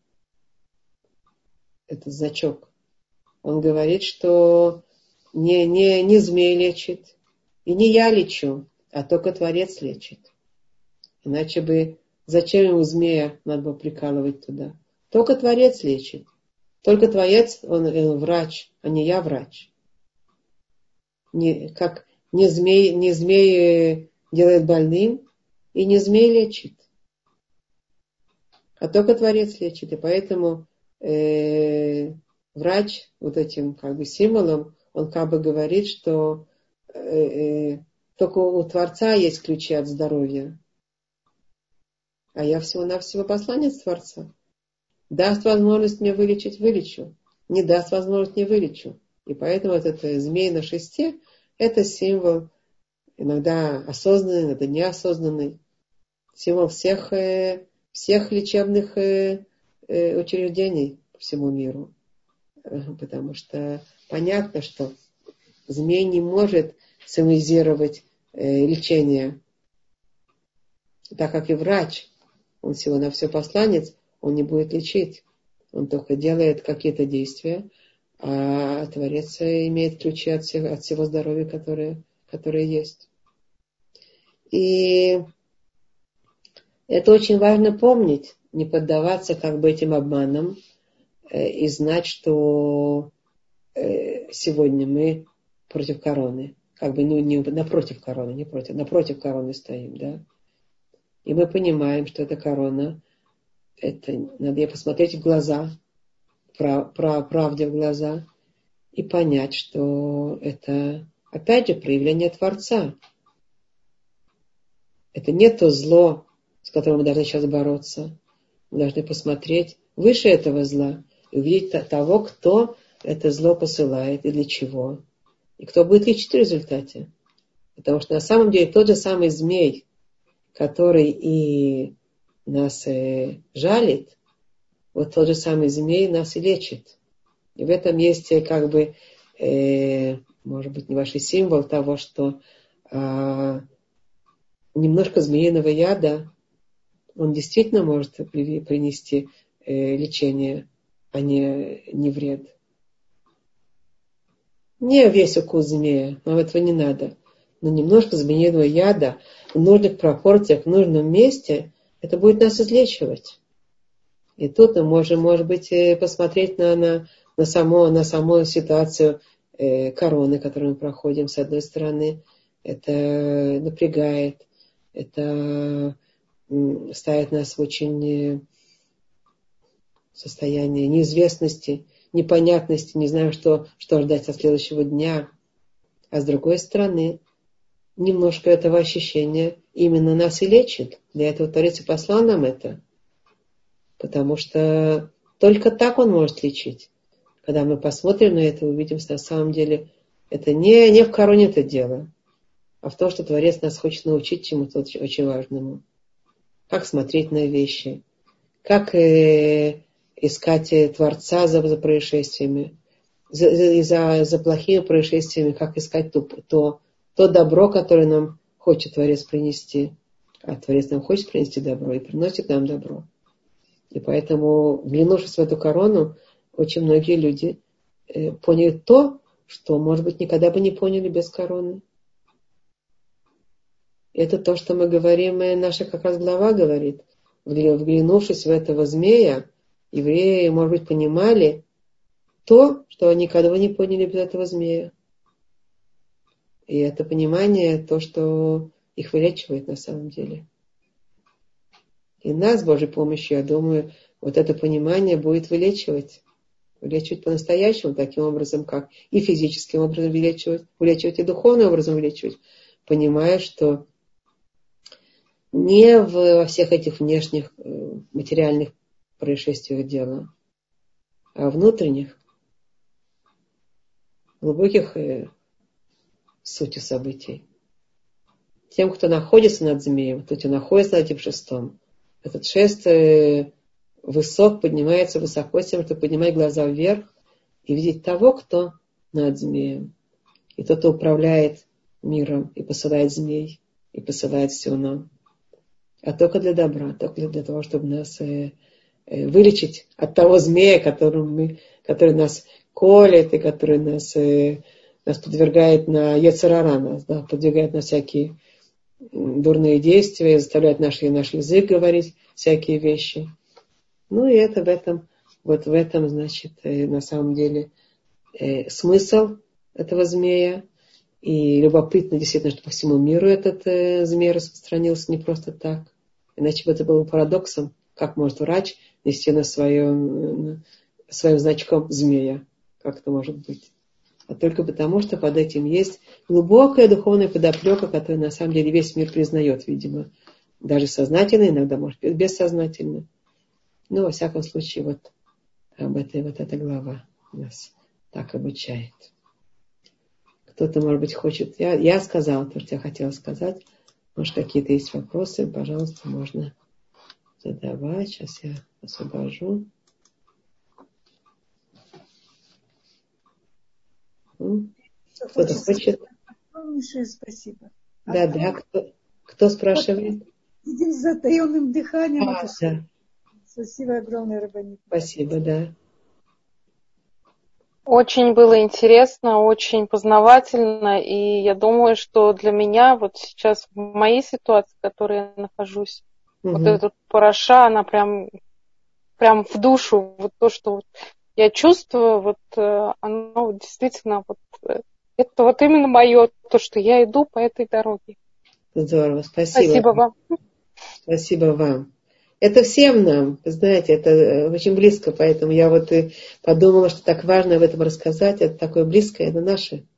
этот значок, он говорит, что не, не, не змей лечит, и не я лечу, а только Творец лечит. Иначе бы зачем ему змея надо было прикалывать туда? Только Творец лечит. Только Творец, он, он врач, а не я врач. Не, как не змей, не змей делает больным, и не змей лечит. А только Творец лечит. И поэтому э, врач вот этим как бы символом, он как бы говорит, что э, э, только у Творца есть ключи от здоровья. А я всего-навсего посланец Творца. Даст возможность мне вылечить, вылечу. Не даст возможность, не вылечу. И поэтому вот этот змей на шесте, это символ, иногда осознанный, иногда неосознанный, символ всех, всех лечебных учреждений по всему миру. Потому что понятно, что змей не может символизировать лечение, так как и врач, он всего на все посланец, он не будет лечить. Он только делает какие-то действия, а Творец имеет ключи от всего, от всего здоровья, которое, которое есть. И это очень важно помнить, не поддаваться как бы этим обманам э, и знать, что э, сегодня мы против короны. Как бы, ну, не напротив короны, не против, напротив короны стоим, да. И мы понимаем, что эта корона, это надо ей посмотреть в глаза, прав, прав, правде в глаза, и понять, что это, опять же, проявление Творца. Это не то зло, с которым мы должны сейчас бороться. Мы должны посмотреть выше этого зла и увидеть того, кто это зло посылает и для чего. И кто будет лечить в результате. Потому что на самом деле тот же самый змей, который и нас э, жалит, вот тот же самый змей нас и лечит. И в этом есть как бы, э, может быть, небольшой символ того, что э, немножко змеиного яда, он действительно может принести э, лечение, а не, не вред. Не весь укус змея, нам этого не надо. Но немножко змеиного яда в нужных пропорциях, в нужном месте, это будет нас излечивать. И тут мы можем, может быть, посмотреть на, на, на, само, на саму ситуацию э, короны, которую мы проходим. С одной стороны, это напрягает, это ставит нас в очень состояние неизвестности, непонятности, не знаю, что, что ждать от следующего дня. А с другой стороны, немножко этого ощущения именно нас и лечит. Для этого Творец и послал нам это. Потому что только так он может лечить. Когда мы посмотрим на это, увидим, что на самом деле это не, не в короне это дело, а в том, что Творец нас хочет научить чему-то очень важному. Как смотреть на вещи, как э, искать Творца за, за происшествиями, за, за, за плохими происшествиями, как искать то, то, то добро, которое нам хочет Творец принести. А Творец нам хочет принести добро и приносит нам добро. И поэтому, вглянувшись в эту корону, очень многие люди э, поняли то, что, может быть, никогда бы не поняли без короны. Это то, что мы говорим, и наша как раз глава говорит. Вглянувшись в этого змея, евреи, может быть, понимали то, что они никогда бы не поняли без этого змея. И это понимание, то, что их вылечивает на самом деле. И нас, с Божьей помощью, я думаю, вот это понимание будет вылечивать. Вылечивать по-настоящему, таким образом, как и физическим образом вылечивать, вылечивать и духовным образом вылечивать, понимая, что не во всех этих внешних материальных происшествиях дело, а внутренних, глубоких сутью событий. Тем, кто находится над змеем, кто находится над этим шестом, этот шест высок, поднимается высоко, тем, что поднимать глаза вверх и видеть того, кто над змеем. И тот, кто управляет миром и посылает змей, и посылает все нам. А только для добра, только для того, чтобы нас э, э, вылечить от того змея, которым мы, который нас колет и который нас, э, нас подвергает на йецер ара, нас, да, подвигает на всякие дурные действия, заставляет наш, наш язык говорить всякие вещи. Ну и это в этом, вот в этом, значит, э, на самом деле э, смысл этого змея. И любопытно действительно, что по всему миру этот э, змей распространился не просто так. Иначе бы это было парадоксом. Как может врач нести на своем, своим значком змея? Как это может быть? А только потому, что под этим есть глубокая духовная подоплека, которую на самом деле весь мир признает, видимо. Даже сознательно, иногда, может быть, бессознательно. Но, во всяком случае, вот об этой вот эта глава нас так обучает. Кто-то, может быть, хочет... Я, я сказала то, что я хотела сказать. Может, какие-то есть вопросы? Пожалуйста, можно задавать. Сейчас я освобожу. Кто-то хочет? Большое спасибо. Да, а да. Кто, кто спрашивает? Сидим с затаенным дыханием. А, да. Спасибо огромное, Рабанит. Спасибо, да. Очень было интересно, очень познавательно, и я думаю, что для меня вот сейчас в моей ситуации, в которой я нахожусь, угу. вот эта параша, она прям, прям в душу, вот то, что вот я чувствую, вот оно действительно вот это вот именно мое, то, что я иду по этой дороге. Здорово, спасибо. Спасибо вам. Спасибо вам. Это всем нам, вы знаете, это очень близко, поэтому я вот и подумала, что так важно об этом рассказать, это такое близкое, это наше.